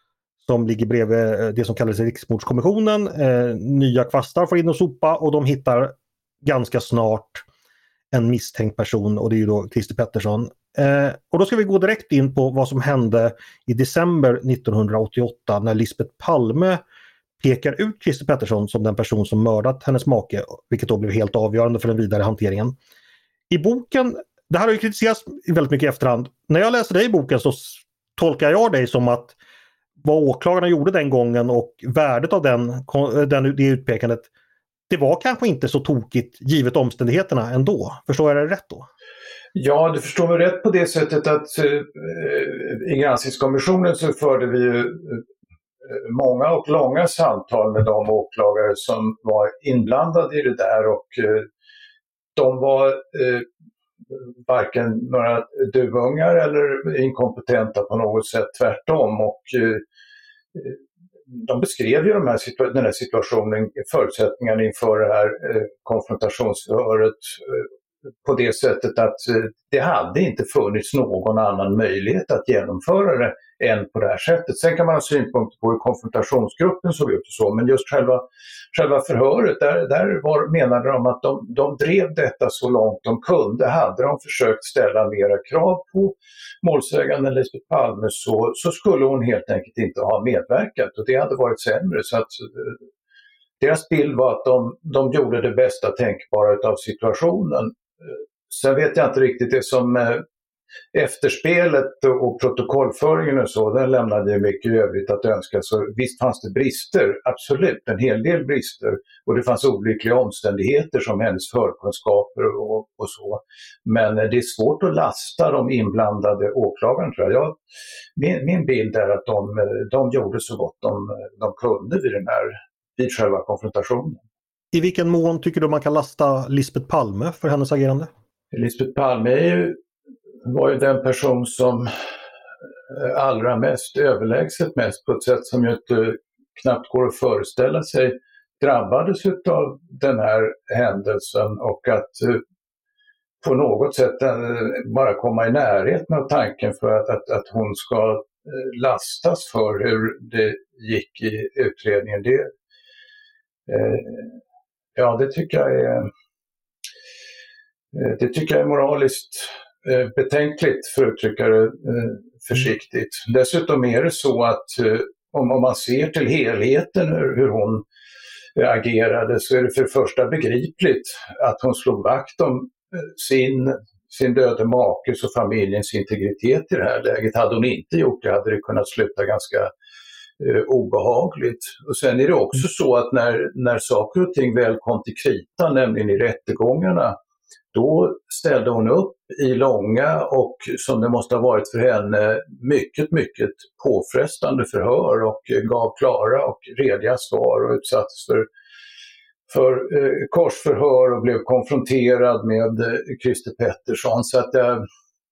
som ligger bredvid eh, det som kallas Riksmordskommissionen. Eh, nya kvastar får in och sopa och de hittar ganska snart en misstänkt person och det är ju då Christer Pettersson. Eh, och då ska vi gå direkt in på vad som hände i december nittonhundraåttioåtta när Lisbeth Palme pekar ut Christer Pettersson som den person som mördat hennes make, vilket då blev helt avgörande för den vidare hanteringen. I boken, det här har ju kritiserats väldigt mycket i efterhand. När jag läste det i boken så tolkar jag dig som att vad åklagarna gjorde den gången och värdet av den, den, det utpekandet, det var kanske inte så tokigt givet omständigheterna ändå. Förstår jag det rätt då? Ja, du förstår mig rätt på det sättet att eh, i granskningskommissionen så förde vi ju många och långa samtal med de åklagare som var inblandade i det där och eh, de var eh, varken några duvungar eller inkompetenta på något sätt, tvärtom. Och eh, de beskrev ju de här situa- den här situationen, förutsättningarna inför det här eh, konfrontationsförhöret eh, på det sättet att eh, det hade inte funnits någon annan möjlighet att genomföra det än på det här sättet. Sen kan man ha synpunkter på hur konfrontationsgruppen såg ut och så, men just själva, själva förhöret, där, där var, menade de att de, de drev detta så långt de kunde. Hade de försökt ställa mera krav på målsäganden Lisbeth Palme så, så skulle hon helt enkelt inte ha medverkat och det hade varit sämre. Så att, eh, deras bild var att de, de gjorde det bästa tänkbara av situationen. Sen vet jag inte riktigt det som eh, efterspelet och protokollföringen och så, den lämnade ju mycket övrigt att önska. Så visst fanns det brister, absolut, en hel del brister. Och det fanns olyckliga omständigheter som hennes förkunskaper och, och så. Men det är svårt att lasta de inblandade åklagarna, tror jag. jag min, min bild är att de, de gjorde så gott de, de kunde vid, den här, vid själva konfrontationen. I vilken mån tycker du man kan lasta Lisbeth Palme för hennes agerande? Lisbeth Palme är ju, var ju den person som allra mest, överlägset mest, på ett sätt som ju inte knappt går att föreställa sig, drabbades av den här händelsen, och att på något sätt bara komma i närheten av tanken för att, att, att hon ska lastas för hur det gick i utredningen. Det, eh, ja, det tycker jag är det tycker jag är moraliskt eh, betänkligt, för att uttrycka det eh, försiktigt. Dessutom är det så att eh, om, om man ser till helheten hur, hur hon eh, agerade, så är det för det första begripligt att hon slog vakt om sin, sin döde makes och familjens integritet i det här läget. Hade hon inte gjort det hade det kunnat sluta ganska eh, obehagligt. Och sen är det också så att när, när saker och ting väl kom till kritan, nämligen i rättegångarna, då ställde hon upp i långa och, som det måste ha varit för henne, mycket, mycket påfrestande förhör, och gav klara och rediga svar och utsattes för för eh, korsförhör och blev konfronterad med eh, Christer Pettersson. Så att eh,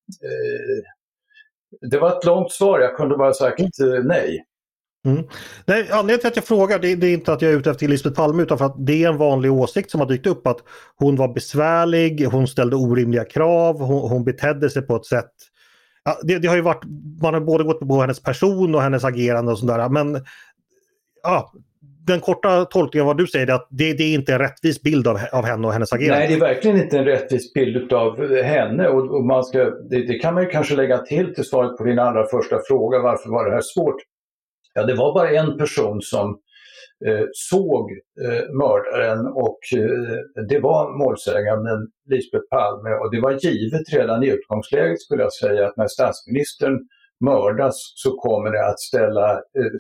det var ett långt svar, jag kunde bara sagt eh, nej. Mm. Nej, anledningen till att jag frågar, det, det är inte att jag är ute efter Lisbeth Palme, utan för att det är en vanlig åsikt som har dykt upp, att hon var besvärlig, hon ställde orimliga krav, hon, hon betedde sig på ett sätt. Ja, det, det har ju varit, man har både gått på hennes person och hennes agerande och sådär, men ja, den korta tolkningen av vad du säger är att det, det är inte en rättvis bild av, av henne och hennes agerande. Nej, det är verkligen inte en rättvis bild av henne, och, och man ska, det, det kan man ju kanske lägga till till svaret på din allra första fråga, varför var det här svårt? Ja, det var bara en person som eh, såg eh, mördaren, och eh, det var målsäganden Lisbeth Palme, och det var givet redan i utgångsläget, skulle jag säga, att när statsministern mördas så kommer det att ställa eh,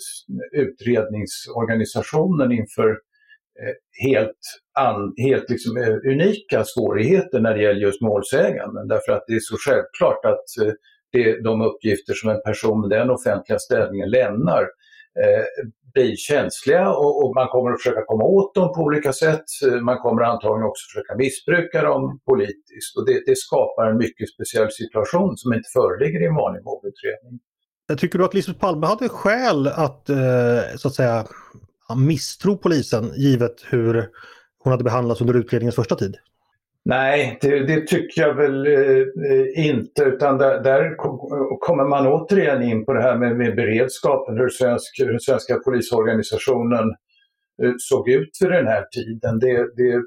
utredningsorganisationen inför eh, helt, an, helt liksom, eh, unika svårigheter när det gäller just målsäganden, därför att det är så självklart att eh, det, de uppgifter som en person med den offentliga ställningen lämnar eh, blir känsliga, och, och man kommer att försöka komma åt dem på olika sätt. Man kommer antagligen också försöka missbruka dem politiskt, och det, det skapar en mycket speciell situation som inte föreligger i en vanlig mordutredning. Tycker du att Lisbeth Palme hade skäl att, eh, så att säga, misstro polisen givet hur hon hade behandlats under utredningens första tid? Nej, det, det tycker jag väl eh, inte, utan där, där kommer man återigen in på det här med, med beredskapen, hur, svensk, hur svenska polisorganisationen eh, såg ut vid den här tiden. Det, det,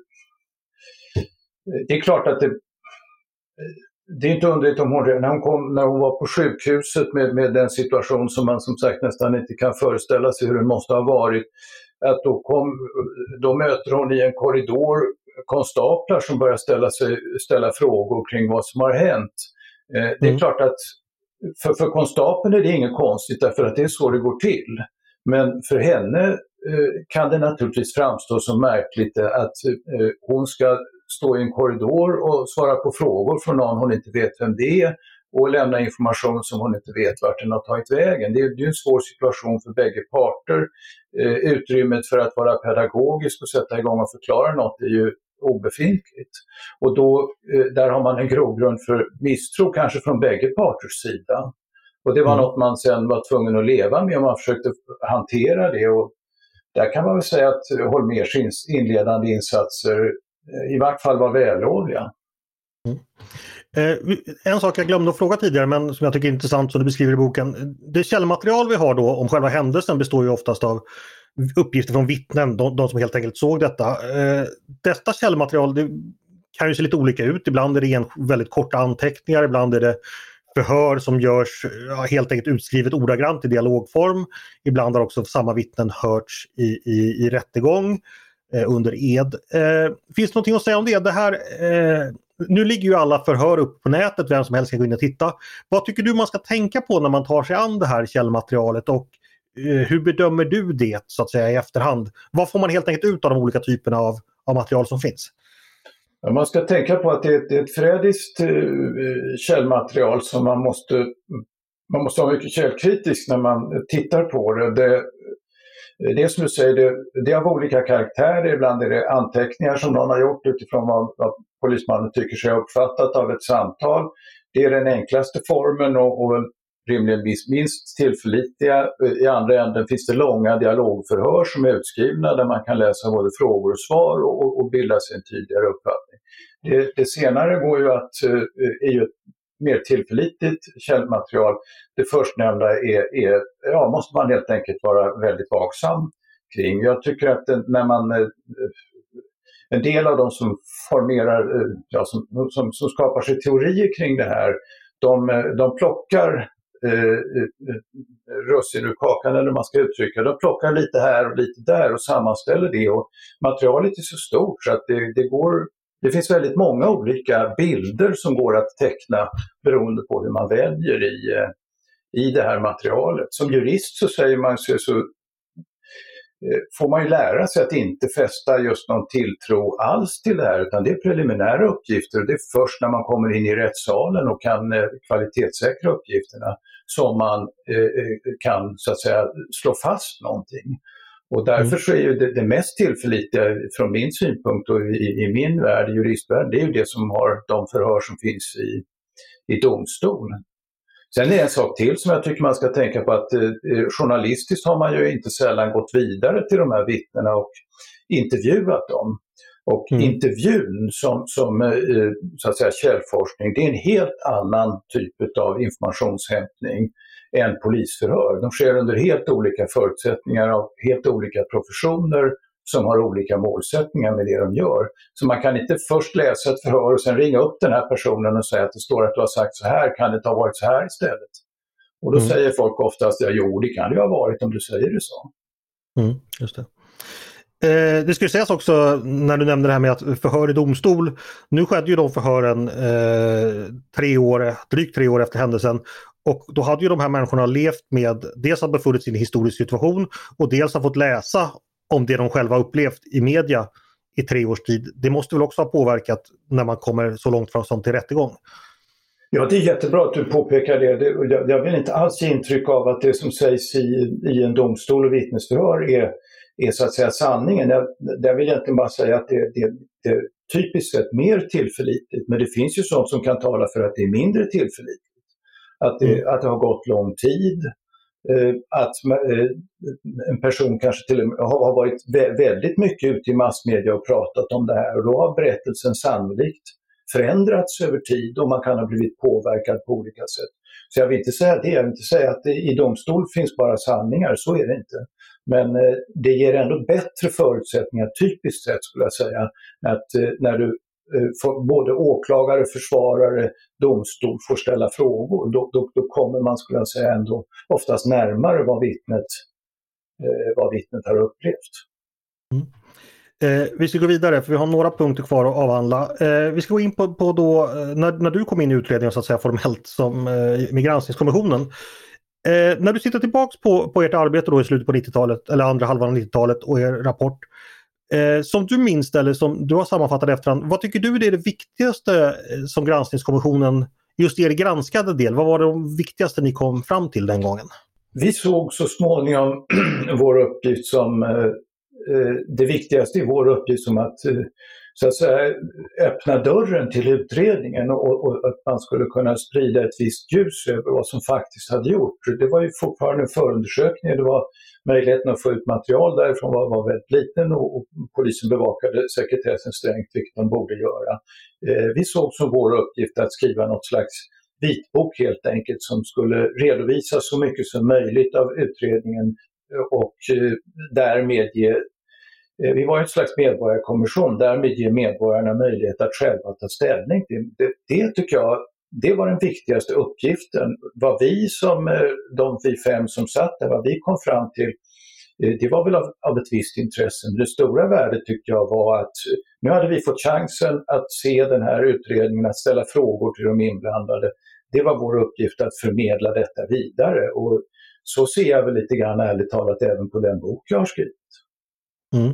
det är klart att det, det är inte underligt om hon, när hon, kom, när hon var på sjukhuset med, med den situation som man som sagt nästan inte kan föreställa sig hur den måste ha varit, att då, kom, då möter hon i en korridor konstaplar som börjar ställa, sig, ställa frågor kring vad som har hänt. Eh, det är mm. klart att för, för konstapeln är det inget konstigt, därför att det är så det går till. Men för henne eh, kan det naturligtvis framstå som märkligt att eh, hon ska stå i en korridor och svara på frågor från någon hon inte vet vem det är, och lämna information som hon inte vet vart den har tagit vägen. Det är, det är en svår situation för bägge parter. Eh, utrymmet för att vara pedagogisk och sätta igång och förklara något är ju obefintligt. Och då, eh, där har man en grogrund för misstro kanske från bägge parters sida. Och det var mm. något man sen var tvungen att leva med, och man försökte hantera det. Och där kan man väl säga att Holmérs inledande insatser eh, i vart fall var vällovliga. Mm. Eh, en sak jag glömde att fråga tidigare, men som jag tycker är intressant som du beskriver i boken. Det källmaterial vi har då om själva händelsen består ju oftast av uppgifter från vittnen, de, de som helt enkelt såg detta. Eh, detta källmaterial, det kan ju se lite olika ut. Ibland är det en väldigt korta anteckningar, ibland är det förhör som görs ja, helt enkelt utskrivet ordagrant i dialogform. Ibland har också samma vittnen hörts i, i, i rättegång eh, under ed. Eh, finns det någonting att säga om det? Det här, eh, nu ligger ju alla förhör upp på nätet, vem som helst kan gå in och titta. Vad tycker du man ska tänka på när man tar sig an det här källmaterialet, och hur bedömer du det så att säga i efterhand? Vad får man helt enkelt ut av de olika typerna av, av material som finns? Man ska tänka på att det är ett, det är ett förrädiskt uh, källmaterial som man måste, man måste vara mycket källkritisk när man tittar på det. det det är som du säger, det, det är av olika karaktärer. Ibland är det anteckningar som någon har gjort utifrån vad, vad polismannen tycker sig ha uppfattat av ett samtal. Det är den enklaste formen och, och rimligen minst tillförlitliga. I andra änden finns det långa dialogförhör som är utskrivna där man kan läsa både frågor och svar och, och bilda sig en tydligare uppfattning. Det, det senare går ju att, är ju ett mer tillförlitligt källmaterial. Det förstnämnda är, är, ja, måste man helt enkelt vara väldigt vaksam kring. Jag tycker att när man, en del av de som formerar, ja, som, som, som skapar sig teorier kring det här, de, de plockar eh, russin ur kakan, eller man ska uttrycka, de plockar lite här och lite där och sammanställer det, och materialet är så stort så att det, det går. Det finns väldigt många olika bilder som går att teckna beroende på hur man väljer i, i det här materialet. Som jurist så säger man så, så får man ju lära sig att inte fästa just någon tilltro alls till det här, utan det är preliminära uppgifter, och det är först när man kommer in i rättssalen och kan kvalitetssäkra uppgifterna som man kan så att säga slå fast någonting. Och därför så är ju det, det mest tillförlitliga från min synpunkt och i, i min värld, i juristvärld, det är ju det som har de förhör som finns i, i domstol. Sen är det en sak till som jag tycker man ska tänka på, att eh, journalistiskt har man ju inte sällan gått vidare till de här vittnena och intervjuat dem. Och mm. intervjun som, som eh, så att säga källforskning, det är en helt annan typ av informationshämtning än polisförhör. De sker under helt olika förutsättningar av helt olika professioner som har olika målsättningar med det de gör. Så man kan inte först läsa ett förhör och sen ringa upp den här personen och säga att det står att du har sagt så här, kan det inte ha varit så här istället? Och då mm. säger folk oftast, ja, jo, det kan det ha varit om du säger det så. Mm, just det. Eh, det skulle sägas också när du nämnde det här med att förhör i domstol. Nu skedde ju de förhören eh, tre år, drygt tre år efter händelsen. Och då hade ju de här människorna levt med, dels att befunnit sig i en historisk situation och dels har fått läsa om det de själva upplevt i media i tre års tid. Det måste väl också ha påverkat när man kommer så långt fram som till rättegång? Ja, det är jättebra att du påpekar det. det jag, jag vill inte alls ge intryck av att det som sägs i, i en domstol och vittnesförhör är, är så att säga sanningen. Jag, jag vill egentligen bara säga att det, det, det är typiskt sett mer tillförlitligt, men det finns ju sånt som kan tala för att det är mindre tillförlitligt. Att det, mm. att det har gått lång tid, eh, att eh, en person kanske till och med har, har varit vä- väldigt mycket ute i massmedia och pratat om det här, och då har berättelsen sannolikt förändrats över tid och man kan ha blivit påverkad på olika sätt. Så jag vill inte säga det, jag vill inte säga att det, i domstol finns bara sanningar, så är det inte. Men eh, det ger ändå bättre förutsättningar, typiskt sett skulle jag säga, att eh, när du både åklagare, försvarare, domstol får ställa frågor, då, då, då kommer man, skulle jag säga, ändå oftast närmare vad vittnet, eh, vad vittnet har upplevt. Mm. Eh, vi ska gå vidare för vi har några punkter kvar att avhandla. Eh, vi ska gå in på, på då, när, när du kom in i utredningen så att säga formellt som eh, med granskningskommissionen. Eh, när du tittar tillbaks på, på ert arbete då i slutet på nittiotalet eller andra halvan av nittiotalet och er rapport, Eh, som du minns eller som du har sammanfattat efterhand, vad tycker du är det viktigaste eh, som granskningskommissionen, just er granskade del, vad var det viktigaste ni kom fram till den gången? Vi såg så småningom vår uppgift som eh, det viktigaste i vår uppgift som att, eh, så att säga, öppna dörren till utredningen och, och att man skulle kunna sprida ett visst ljus över vad som faktiskt hade gjort. Det var ju fortfarande en förundersökning, det var möjligheten att få ut material därifrån var, var väldigt liten och, och polisen bevakade sekretessen strängt, vilket de borde göra. Eh, vi såg som vår uppgift att skriva något slags vitbok helt enkelt som skulle redovisa så mycket som möjligt av utredningen och eh, därmed ge, eh, vi var ett slags medborgarkommission, därmed ge medborgarna möjlighet att själva ta ställning till. Det, det tycker jag, det var den viktigaste uppgiften. Vad vi som, de vi fem som satt där, vad vi kom fram till, det var väl av, av ett visst intresse. Det stora värdet tyckte jag var att nu hade vi fått chansen att se den här utredningen, att ställa frågor till de inblandade. Det var vår uppgift att förmedla detta vidare, och så ser jag väl lite grann ärligt talat även på den bok jag har skrivit. Mm.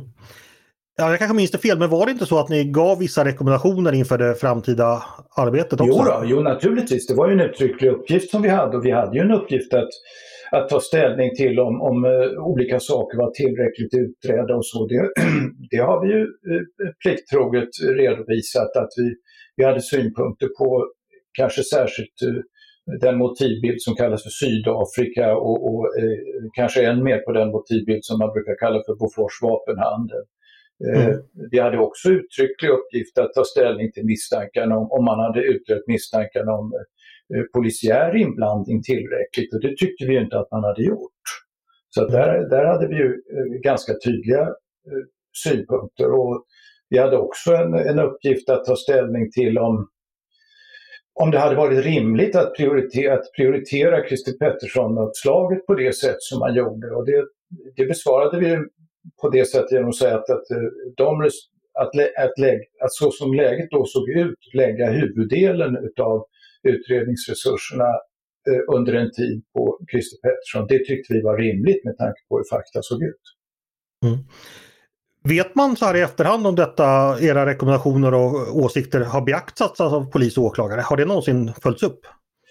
Ja, jag kanske minns det fel, men var det inte så att ni gav vissa rekommendationer inför det framtida arbetet också? Jo, då, jo naturligtvis, det var ju en uttrycklig uppgift som vi hade, och vi hade ju en uppgift att, att ta ställning till om, om uh, olika saker var tillräckligt utredda och så. Det, det har vi ju uh, plikttroget redovisat, att vi, vi hade synpunkter på kanske särskilt uh, den motivbild som kallas för Sydafrika och, och uh, kanske än mer på den motivbild som man brukar kalla för Bofors vapenhandel. Mm. Vi hade också uttrycklig uppgift att ta ställning till misstankarna om, om man hade utrett misstankarna om eh, polisiär inblandning tillräckligt, och det tyckte vi inte att man hade gjort. Så att där, där hade vi ju eh, ganska tydliga eh, synpunkter, och vi hade också en, en uppgift att ta ställning till om, om det hade varit rimligt att prioritera, att prioritera Christer Pettersson-uppslaget på det sätt som man gjorde, och det, det besvarade vi på det sättet genom att säga att, att, de, att, att, lägga, att så som läget då såg ut, lägga huvuddelen av utredningsresurserna eh, under en tid på Christer Pettersson, det tyckte vi var rimligt med tanke på hur fakta såg ut. Mm. Vet man så här i efterhand om detta, era rekommendationer och åsikter har beaktats av polis och åklagare? Har det någonsin följts upp?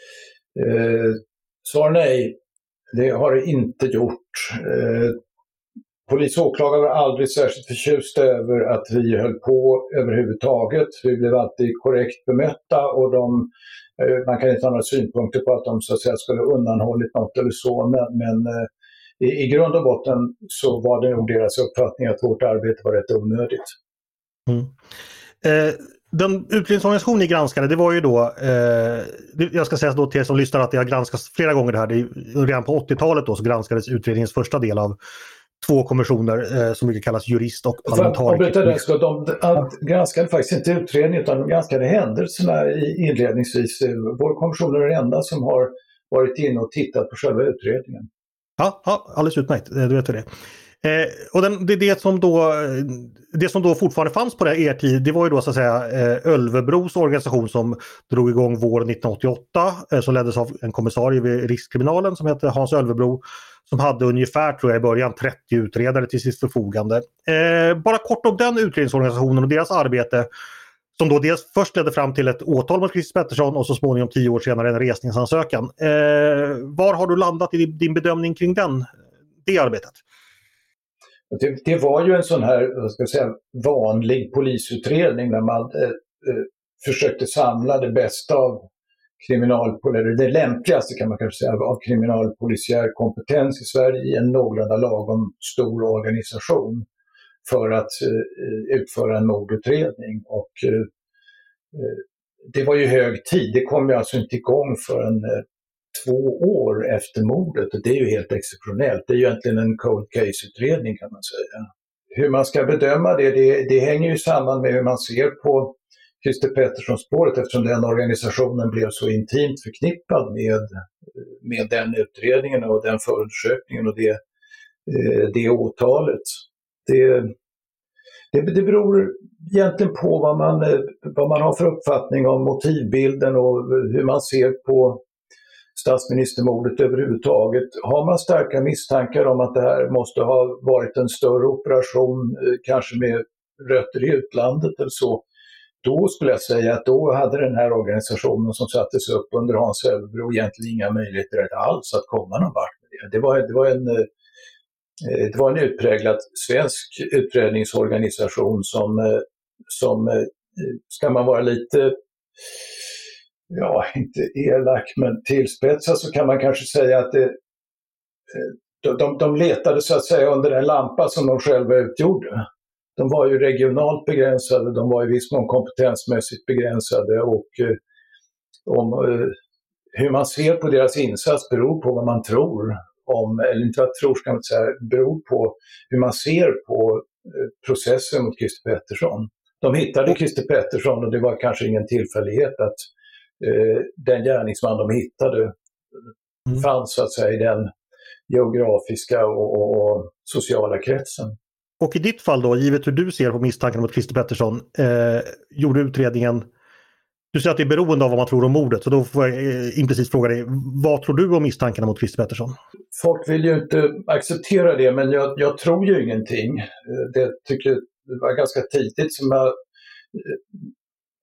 Eh, svar nej, det har det inte gjort. Eh, Polis och åklagare var aldrig särskilt förtjusta över att vi höll på överhuvudtaget. Vi blev alltid korrekt bemötta, och de, man kan inte ha några synpunkter på att de så att säga skulle undanhållit något eller så. Men, men i, i grund och botten så var det nog deras uppfattning att vårt arbete var rätt onödigt. Mm. Eh, den utredningsorganisation ni granskade, det var ju då, eh, jag ska säga då till er som lyssnar att det har granskats flera gånger det här. Det, redan på åttiotalet då så granskades utredningens första del av två kommissioner eh, som brukar kallas jurist och parlamentariker. De, de, de granskade faktiskt inte utredningen, utan de granskade händelserna inledningsvis. Vår kommission är den enda som har varit inne och tittat på själva utredningen. Ja, ja, alldeles utmärkt. Du vet det. Eh, och den, det, det, som då, det som då fortfarande fanns på det er tid, det var ju då så att säga eh, Ölvebros organisation som drog igång våren nittonhundraåttioåtta, eh, som leddes av en kommissarie vid Rikskriminalen som hette Hans Ölvebro, som hade ungefär, tror jag i början, trettio utredare till sitt förfogande. Eh, bara kort om den utredningsorganisationen och deras arbete, som då dels först ledde fram till ett åtal mot Christer Pettersson och så småningom tio år senare en resningsansökan. Eh, var har du landat i din bedömning kring den, det arbetet? Det, det var ju en sån här, vad ska jag säga, vanlig polisutredning där man eh, eh, försökte samla det bästa av kriminalpol- det lämpligaste kan man kanske säga av kriminalpolisiär kompetens i Sverige i en någorlunda lagom stor organisation för att eh, utföra en mordutredning. Och eh, det var ju hög tid, det kom ju alltså inte igång förrän eh, två år efter mordet, och det är ju helt exceptionellt. Det är ju egentligen en cold case-utredning kan man säga. Hur man ska bedöma det, det, det hänger ju samman med hur man ser på Christer Pettersson-spåret, eftersom den organisationen blev så intimt förknippad med, med den utredningen och den förundersökningen och det, det åtalet. Det, det, det beror egentligen på vad man, vad man har för uppfattning om motivbilden och hur man ser på statsministermordet överhuvudtaget. Har man starka misstankar om att det här måste ha varit en större operation, kanske med rötter i utlandet eller så, då skulle jag säga att då hade den här organisationen som sattes upp under Hans Ölvebro egentligen inga möjligheter alls att komma någon vart med det. Det var, det var en, det var en utpräglad svensk utredningsorganisation som, som ska man vara lite, ja inte elak men tillspetsad, så kan man kanske säga att det, de, de letade så att säga under en lampa som de själva utgjorde. De var ju regionalt begränsade, de var i viss mån kompetensmässigt begränsade, och eh, om, eh, hur man ser på deras insats beror på vad man tror om, eller inte vad tror ska man säga, beror på hur man ser på eh, processen mot Christer Pettersson. De hittade Christer Pettersson och det var kanske ingen tillfällighet att eh, den gärningsman de hittade mm. fanns så att säga i den geografiska och, och, och sociala kretsen. Och i ditt fall då, givet hur du ser på misstankarna mot Christer Pettersson, eh, gjorde utredningen, du säger att det är beroende av vad man tror om mordet, så då får jag eh, implicit fråga dig, vad tror du om misstankarna mot Christer Pettersson? Folk vill ju inte acceptera det, men jag, jag tror ju ingenting. Det tycker jag var ganska tidigt som jag,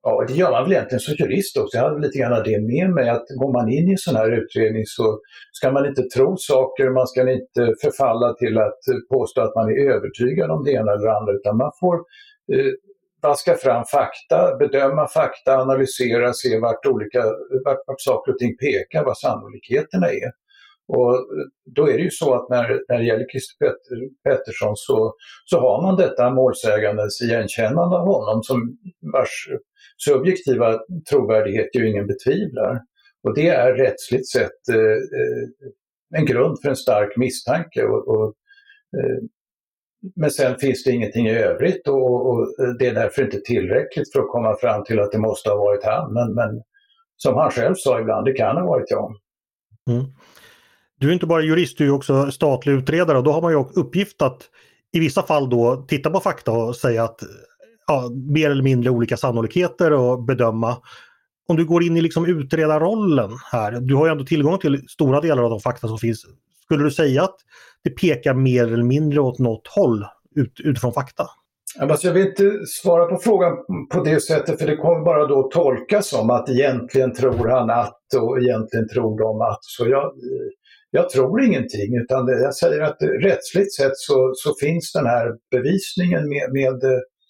Ja, det gör man väl egentligen som jurist också. Jag hade lite grann det med mig, att går man in i en sån här utredning så ska man inte tro saker, man ska inte förfalla till att påstå att man är övertygad om det ena eller det andra, utan man får eh, vaska fram fakta, bedöma fakta, analysera, se vart, olika, vart, vart saker och ting pekar, vad sannolikheterna är. Och då är det ju så att när, när det gäller Christer Pettersson så, så har man detta målsägandens igenkännande av honom som vars subjektiva trovärdighet ju ingen betvivlar. Och det är rättsligt sett eh, en grund för en stark misstanke. Och, och, eh, men sen finns det ingenting i övrigt och, och det är därför inte tillräckligt för att komma fram till att det måste ha varit han. Men, men som han själv sa ibland, det kan ha varit jag. Mm. Du är inte bara jurist, du är också statlig utredare och då har man ju uppgift att i vissa fall då titta på fakta och säga att ja, mer eller mindre olika sannolikheter och bedöma. Om du går in i liksom utredarrollen här, du har ju ändå tillgång till stora delar av de fakta som finns. Skulle du säga att det pekar mer eller mindre åt något håll ut, utifrån fakta? Alltså jag vill inte svara på frågan på det sättet, för det kommer bara då tolkas som att egentligen tror han att och egentligen tror de att. Så jag, jag tror ingenting, utan jag säger att rättsligt sett så, så finns den här bevisningen med, med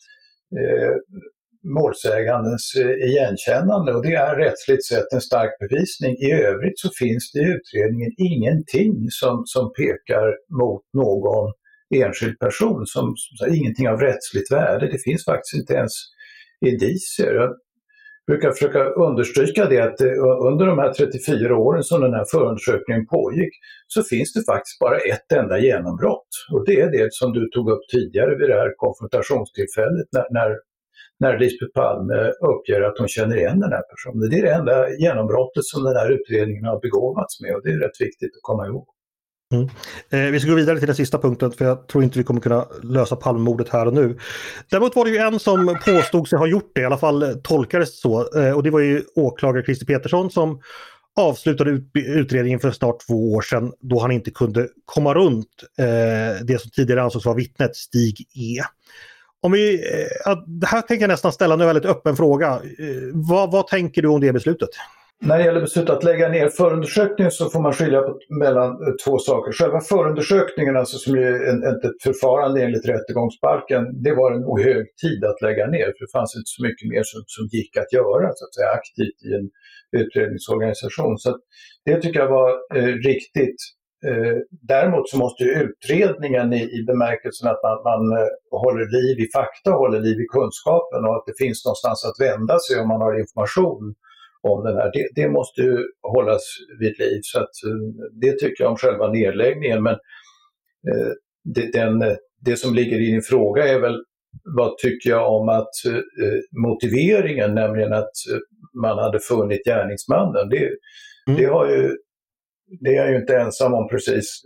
eh, målsägandens igenkännande, och det är rättsligt sett en stark bevisning. I övrigt så finns det i utredningen ingenting som, som pekar mot någon enskild person, som, som ingenting av rättsligt värde. Det finns faktiskt inte ens indicier. Jag brukar försöka understryka det att under de här trettiofyra åren som den här förundersökningen pågick så finns det faktiskt bara ett enda genombrott, och det är det som du tog upp tidigare vid det här konfrontationstillfället när, när, när Lisbeth Palme uppger att hon känner igen den här personen. Det är det enda genombrottet som den här utredningen har begåvats med, och det är rätt viktigt att komma ihåg. Mm. Eh, vi ska gå vidare till den sista punkten, för jag tror inte vi kommer kunna lösa Palmemordet här och nu. Däremot var det ju en som påstod sig ha gjort det, i alla fall tolkades så, eh, och det var ju åklagare Christer Pettersson som avslutade ut- utredningen för snart två år sedan då han inte kunde komma runt eh, det som tidigare ansågs vara vittnet Stig E. Om vi, eh, det här tänker jag nästan ställa en väldigt öppen fråga. Eh, vad, vad tänker du om det beslutet? När det gäller beslutet att lägga ner förundersökningen så får man skilja på, mellan två saker. Själva förundersökningen, alltså som är en, ett förfarande enligt rättegångsbalken, det var en ohög tid att lägga ner, för det fanns inte så mycket mer som, som gick att göra så att säga, aktivt i en utredningsorganisation. Så att det tycker jag var eh, riktigt. Eh, däremot så måste ju utredningen i, i bemärkelsen att man, man eh, håller liv i fakta, håller liv i kunskapen, och att det finns någonstans att vända sig om man har information om den här. Det, det måste ju hållas vid liv, så att det tycker jag om själva nedläggningen. Men eh, det, den, det som ligger i din fråga är väl vad tycker jag om att eh, motiveringen, nämligen att man hade funnit gärningsmannen. Det, mm. det, har ju, det är jag ju inte ensam om precis.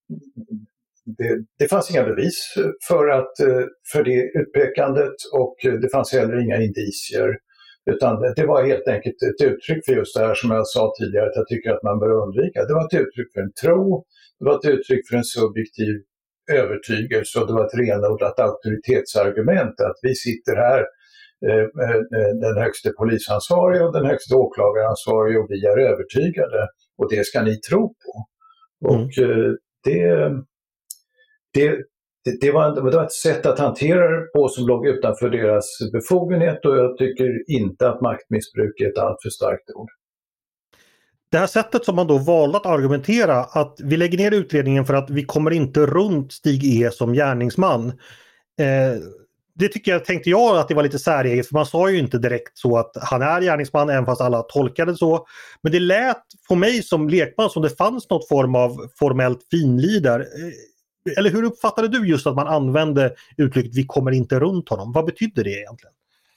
Det, det fanns inga bevis för, att, för det utpekandet, och det fanns heller inga indicier. Utan det var helt enkelt ett uttryck för just det här som jag sa tidigare, att jag tycker att man bör undvika. Det var ett uttryck för en tro, det var ett uttryck för en subjektiv övertygelse, och det var ett renodlat auktoritetsargument att vi sitter här, eh, den högste polisansvarige och den högste åklagaransvarige, och vi är övertygade, och det ska ni tro på. Mm. Och eh, det... det Det, det, var, det var ett sätt att hantera det på som låg utanför deras befogenhet, och jag tycker inte att maktmissbruk är ett allt för starkt ord. Det här sättet som man då valde att argumentera, att vi lägger ner utredningen för att vi kommer inte runt Stig E som gärningsman. Eh, det tycker jag, tänkte jag att det var lite säreget, för man sa ju inte direkt så att han är gärningsman, även fast alla tolkade så. Men det lät på mig som lekman som det fanns något form av formellt finlir där. Eller hur uppfattade du just att man använde uttrycket vi kommer inte runt honom? Vad betyder det egentligen?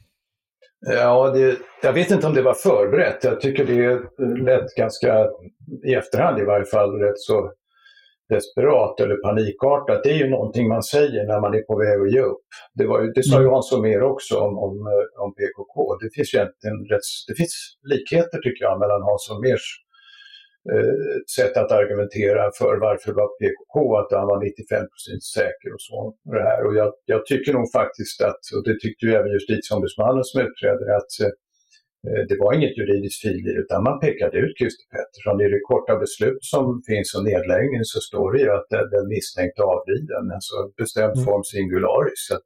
Ja, det, jag vet inte om det var förberett. Jag tycker det lät ganska, i efterhand i varje fall, rätt så desperat eller panikartat. Det är ju någonting man säger när man är på väg att ge upp. Det, var ju, det sa ju Hans Holmér också om, om, om P K K. Det finns ju egentligen rätt, det finns likheter tycker jag mellan Hans Holmérs sätt att argumentera för varför var P K K, att han var nittiofem procent säker och så. Det här. Och jag, jag tycker nog faktiskt att, och det tyckte ju även justitieombudsmannen som utredare, att eh, det var inget juridiskt filer utan man pekade ut Christer Pettersson. I det korta beslut som finns om nedläggning så står det ju att den, den misstänkte avliden, alltså bestämd mm. form singularis. Så att,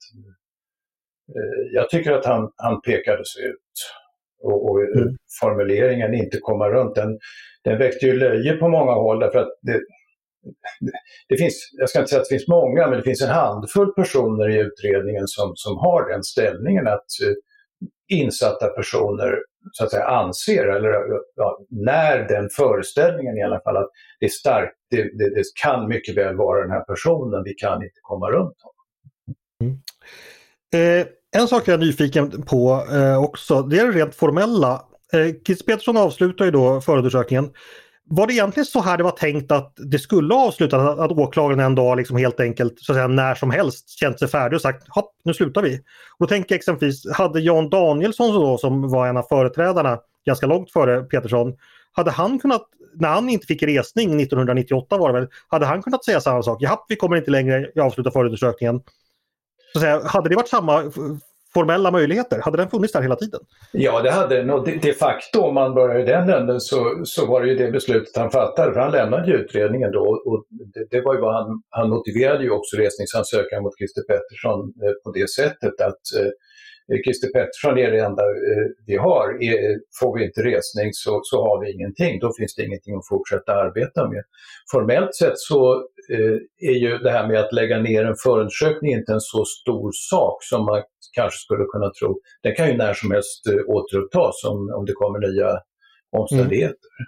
eh, jag tycker att han, han pekades ut och, och mm. formuleringen inte komma runt. Den, den väckte ju löje på många håll därför att det, det, det finns, jag ska inte säga att det finns många, men det finns en handfull personer i utredningen som, som har den ställningen att uh, insatta personer så att säga anser, eller ja, när den föreställningen i alla fall, att det är starkt, det, det, det kan mycket väl vara den här personen, vi kan inte komma runt honom. Mm. Eh, en sak jag är nyfiken på eh, också, det är det rent formella. Eh, Christer Pettersson avslutar ju då förundersökningen. Var det egentligen så här det var tänkt att det skulle avslutas, att, att åklagaren en dag liksom helt enkelt så att säga, när som helst känt sig färdig och sagt hopp, nu slutar vi. Och då tänker jag exempelvis, hade Jan Danielsson då, som var en av företrädarna ganska långt före Pettersson, hade han kunnat, när han inte fick resning nittonhundranittioåtta var det väl, hade han kunnat säga samma sak? Ja, vi kommer inte längre avsluta förundersökningen. Så att säga, hade det varit samma formella möjligheter? Hade den funnits där hela tiden? Ja, det hade den. Och de, de facto, om man börjar i den änden, så, så var det ju det beslutet han fattade. För han lämnade ju utredningen då. Och det, det var ju vad han, han motiverade ju också resningsansökan mot Christer Pettersson eh, på det sättet att eh, Christer Pettersson är det enda eh, vi har. Är, får vi inte resning så, så har vi ingenting. Då finns det ingenting att fortsätta arbeta med. Formellt sett så eh, är ju det här med att lägga ner en förundersökning inte en så stor sak som man kanske skulle kunna tro. Den kan ju när som helst eh, återupptas om, om det kommer nya omständigheter. Mm.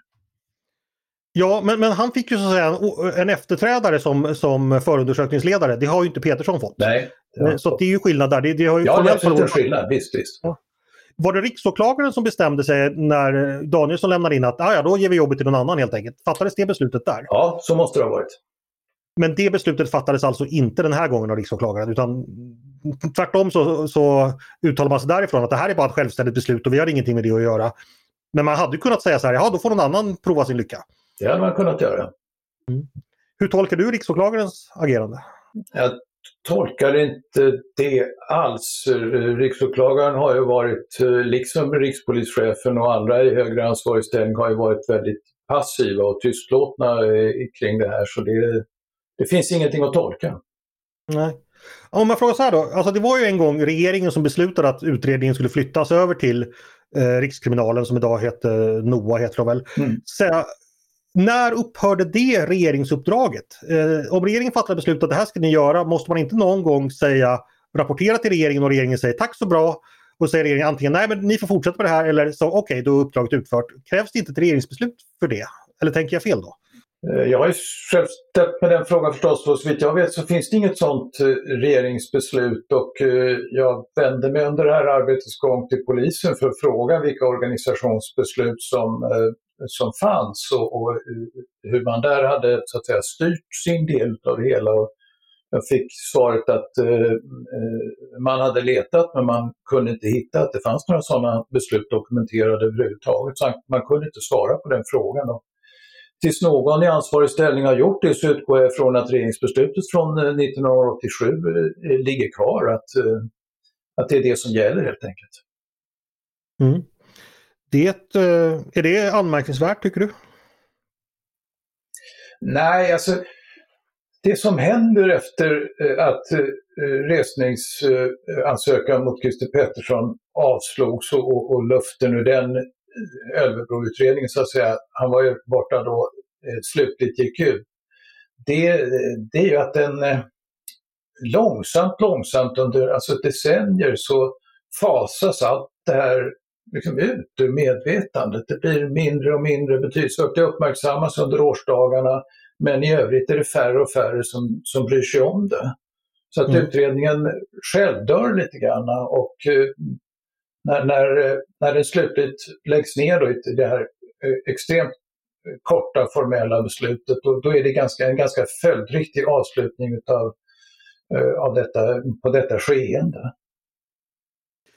Ja, men, men han fick ju så att säga en, en efterträdare som, som förundersökningsledare. Det har ju inte Pettersson fått. Nej. Ja. Så det är ju skillnad där. Det, det har ju ja, det är absolut en skillnad. Visst, visst. Ja. Var det riksåklagaren som bestämde sig när Danielsson lämnade in att ah, ja, då ger vi jobbet till någon annan helt enkelt? Fattades det beslutet där? Ja, så måste det ha varit. Men det beslutet fattades alltså inte den här gången av riksåklagaren, utan tvärtom så, så uttalar man sig därifrån att det här är bara ett självständigt beslut och vi har ingenting med det att göra. Men man hade ju kunnat säga så här, ja då får någon annan prova sin lycka. Det hade man kunnat göra. Mm. Hur tolkar du riksåklagarens agerande? Jag tolkar inte det alls. Riksåklagaren har ju varit, liksom rikspolischefen och andra i högre ansvarig ställning, har ju varit väldigt passiva och tystlåtna kring det här. Så det, det finns ingenting att tolka. Nej. Om man frågar så här då, alltså det var ju en gång regeringen som beslutade att utredningen skulle flyttas över till eh, Rikskriminalen som idag heter NOA heter det väl. Mm. Så, när upphörde det regeringsuppdraget? Eh, om regeringen fattar beslut att det här ska ni göra, måste man inte någon gång säga, rapportera till regeringen och regeringen säger tack så bra och säger regeringen antingen nej men ni får fortsätta med det här eller så okej okay, då är uppdraget utfört. Krävs det inte ett regeringsbeslut för det? Eller tänker jag fel då? Jag har ju själv ställt med den frågan förstås, och så vitt jag vet så finns det inget sådant regeringsbeslut och jag vände mig under det här arbetets gång till polisen för att fråga vilka organisationsbeslut som, som fanns och, och hur man där hade så att säga styrt sin del av det hela. Och jag fick svaret att eh, man hade letat men man kunde inte hitta att det fanns några sådana beslut dokumenterade överhuvudtaget, så man kunde inte svara på den frågan. Och tills någon i ansvarig ställning har gjort det så utgår jag från att regeringsbeslutet från nittonhundraåttiosju ligger kvar, att, att det är det som gäller helt enkelt. Mm. Det, är det anmärkningsvärt tycker du? Nej, alltså det som händer efter att resningsansökan mot Christer Pettersson avslogs och, och luften ur den Ölvebro-utredningen så att säga, han var ju borta då, eh, slutligt gick ut. Det, det är ju att den eh, långsamt, långsamt under alltså decennier så fasas allt det här liksom ut ur medvetandet. Det blir mindre och mindre betydelsefullt. Det uppmärksammas under årsdagarna, men i övrigt är det färre och färre som, som bryr sig om det. Så att mm. utredningen själv dör lite grann och eh, När, när, när den slutligt läggs ner då i det här extremt korta formella beslutet, då, då är det ganska, en ganska följdriktig avslutning utav, av detta, på detta skeende.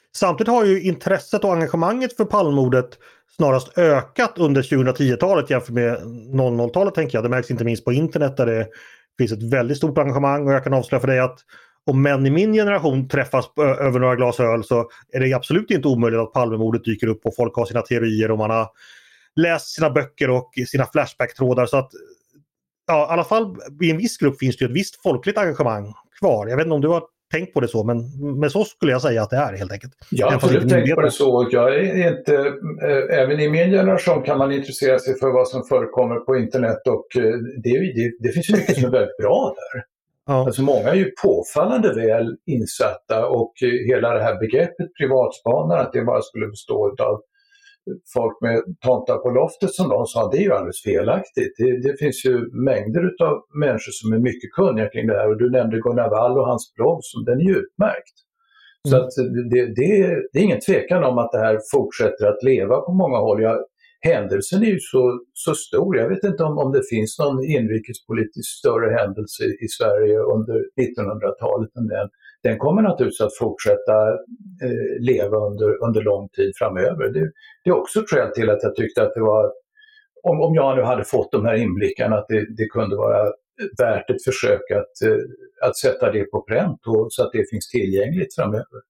Samtidigt har ju intresset och engagemanget för Palmemordet snarast ökat under tjugohundratio-talet jämfört med noll noll-talet, tänker jag. Det märks inte minst på internet där det finns ett väldigt stort engagemang, och jag kan avslöja för dig att om män i min generation träffas över några glas öl så är det absolut inte omöjligt att Palmemordet dyker upp och folk har sina teorier och man har läst sina böcker och sina flashback-trådar. Så att ja, i alla fall i en viss grupp finns det ju ett visst folkligt engagemang kvar. Jag vet inte om du har tänkt på det så, men, men så skulle jag säga att det är helt enkelt. Jag har absolut tänkt på det så. Jag är inte, äh, även i min generation kan man intressera sig för vad som förekommer på internet, och äh, det, det, det finns ju mycket som är väldigt bra där. Ja. Alltså många är ju påfallande väl insatta, och äh, hela det här begreppet privatspanare, att det bara skulle bestå av folk med tomtar på loftet som de sa, det är ju alldeles felaktigt. Det, det finns ju mängder av människor som är mycket kunniga kring det här, och du nämnde Gunnar Wall och hans blogg, som den är ju utmärkt. Mm. Så att det, det, det är ingen tvekan om att det här fortsätter att leva på många håll. Ja, händelsen är ju så, så stor. Jag vet inte om, om det finns någon inrikespolitiskt större händelse i Sverige under nittonhundratalet än den. Den kommer naturligtvis att fortsätta eh, leva under, under lång tid framöver. Det, det är också ett skäl till att jag tyckte att det var, om, om jag nu hade fått de här inblickarna, att det, det kunde vara värt ett försök att, eh, att sätta det på pränt, och, så att det finns tillgängligt framöver.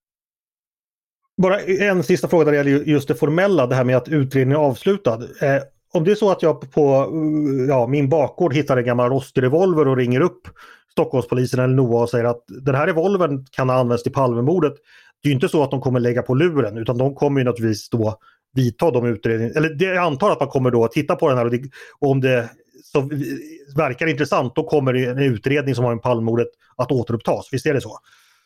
Bara en sista fråga där det gäller just det formella, det här med att utredningen är avslutad. Eh, om det är så att jag på ja, min bakgård hittar en gammal rostig revolver och ringer upp Stockholmspolisen eller N O A och säger att den här revolvern kan ha använts till Palmemordet. Det är ju inte så att de kommer lägga på luren, utan de kommer ju naturligtvis då vidta de utredningar. Eller det, jag antar att man kommer då titta på den här, och, det, och om det så verkar intressant, då kommer det en utredning som har en Palmemordet att återupptas. Visst är det så?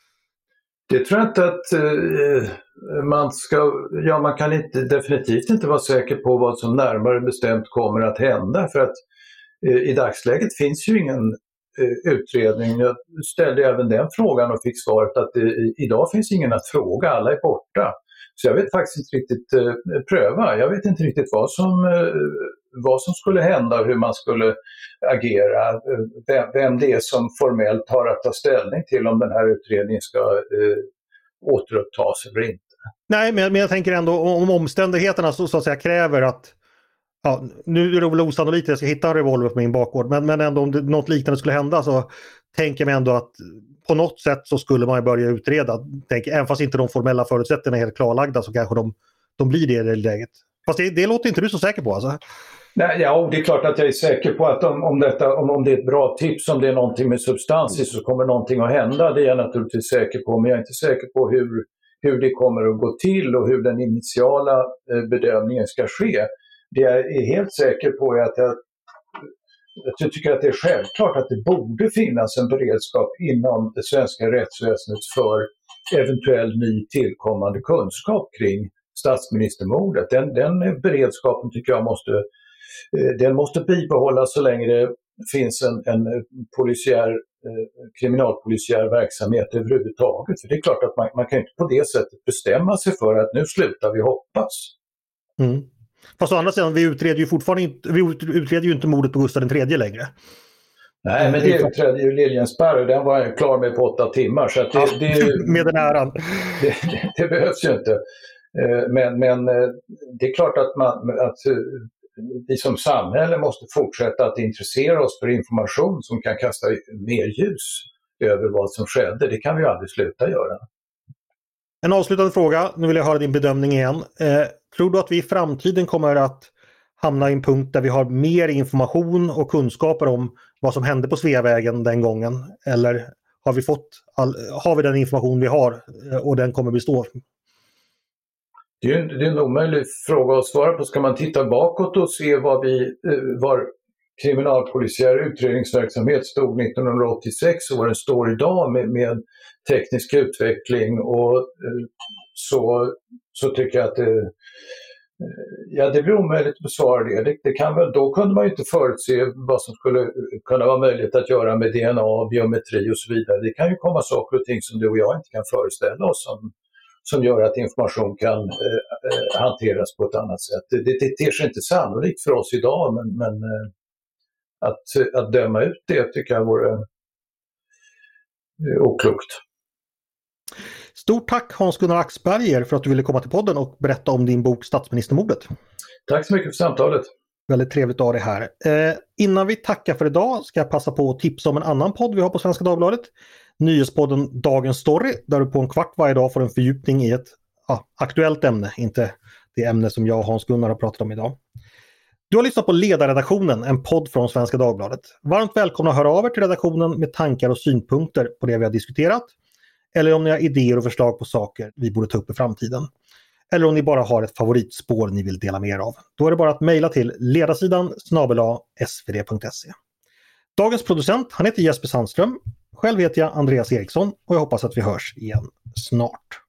Det tror jag inte att eh, man ska, ja man kan inte, definitivt inte vara säker på vad som närmare bestämt kommer att hända, för att eh, i dagsläget finns ju ingen eh, utredning. Jag ställde även den frågan och fick svaret att eh, idag finns ingen att fråga, alla är borta. Så jag vet faktiskt inte riktigt eh, pröva, jag vet inte riktigt vad som, eh, vad som skulle hända och hur man skulle agera, vem, vem det är som formellt har att ta ställning till om den här utredningen ska eh, återupptas eller inte. Nej, men, men jag tänker ändå om omständigheterna så, så att säga kräver att, ja, nu är det väl osannolikt att jag ska hitta en revolver på min bakgård, men, men ändå om det, något liknande skulle hända så tänker jag mig ändå att på något sätt så skulle man börja utreda. Tänker, även fast inte de formella förutsättningarna är helt klarlagda så kanske de, de blir det i det läget. Fast det, det låter inte du så säker på alltså. Nej, ja, det är klart att jag är säker på att om, om, detta, om, om det är ett bra tips, om det är någonting med substans i, så kommer någonting att hända. Det är jag naturligtvis säker på, men jag är inte säker på hur, hur det kommer att gå till och hur den initiala eh, bedömningen ska ske. Det jag är helt säker på är att jag, jag tycker att det är självklart att det borde finnas en beredskap inom det svenska rättsväsendet för eventuell ny tillkommande kunskap kring statsministermordet. Den, den beredskapen tycker jag måste, den måste bibehållas så länge det finns en, en polisiär, kriminalpolisiär verksamhet överhuvudtaget. För det är klart att man, man kan inte på det sättet bestämma sig för att nu slutar vi hoppas. Mm. Fast å andra sidan, vi utreder ju fortfarande inte, vi utreder ju inte mordet på Gustav den tredje längre. Nej, men det utredde ju Liljensparr och den var jag klar med på åtta timmar. Så att det, ja, det, med den äran. Det, det, det behövs ju inte. Men, men det är klart att, man, att vi som samhälle måste fortsätta att intressera oss för information som kan kasta mer ljus över vad som skedde. Det kan vi ju aldrig sluta göra. En avslutande fråga, nu vill jag höra din bedömning igen. Eh, tror du att vi i framtiden kommer att hamna i en punkt där vi har mer information och kunskaper om vad som hände på Sveavägen den gången? Eller har vi fått all, har vi den information vi har och den kommer bestå? Det är, en, det är en omöjlig fråga att svara på. Ska man titta bakåt och se vad vi, var kriminalpolisiär utredningsverksamhet stod nittonhundraåttiosex och vad den står idag med, med teknisk utveckling och så, så tycker jag att det, ja, det blir omöjligt att besvara det. Det, det kan väl, då kunde man ju inte förutse vad som skulle kunna vara möjligt att göra med D N A, biometri och så vidare. Det kan ju komma saker och ting som du och jag inte kan föreställa oss som, som gör att information kan eh, hanteras på ett annat sätt. Det, det, det ter sig inte sannolikt för oss idag, men, men eh, att, att döma ut det tycker jag vore eh, oklokt. Stort tack Hans-Gunnar Axberger för att du ville komma till podden och berätta om din bok Statsministermordet. Tack så mycket för samtalet. Väldigt trevligt att ha dig här. Eh, innan vi tackar för idag ska jag passa på att tipsa om en annan podd vi har på Svenska Dagbladet. Nyhetspodden Dagens Story, där du på en kvart varje dag får en fördjupning i ett ja, aktuellt ämne, inte det ämne som jag och Hans-Gunnar har pratat om idag. Du har lyssnat på Ledarredaktionen, en podd från Svenska Dagbladet. Varmt välkomna att höra av er till redaktionen med tankar och synpunkter på det vi har diskuterat. Eller om ni har idéer och förslag på saker vi borde ta upp i framtiden. Eller om ni bara har ett favoritspår ni vill dela mer av. Då är det bara att mejla till ledarsidan snabel-a s v d punkt se. Dagens producent, han heter Jesper Sandström. Själv heter jag Andreas Eriksson och jag hoppas att vi hörs igen snart.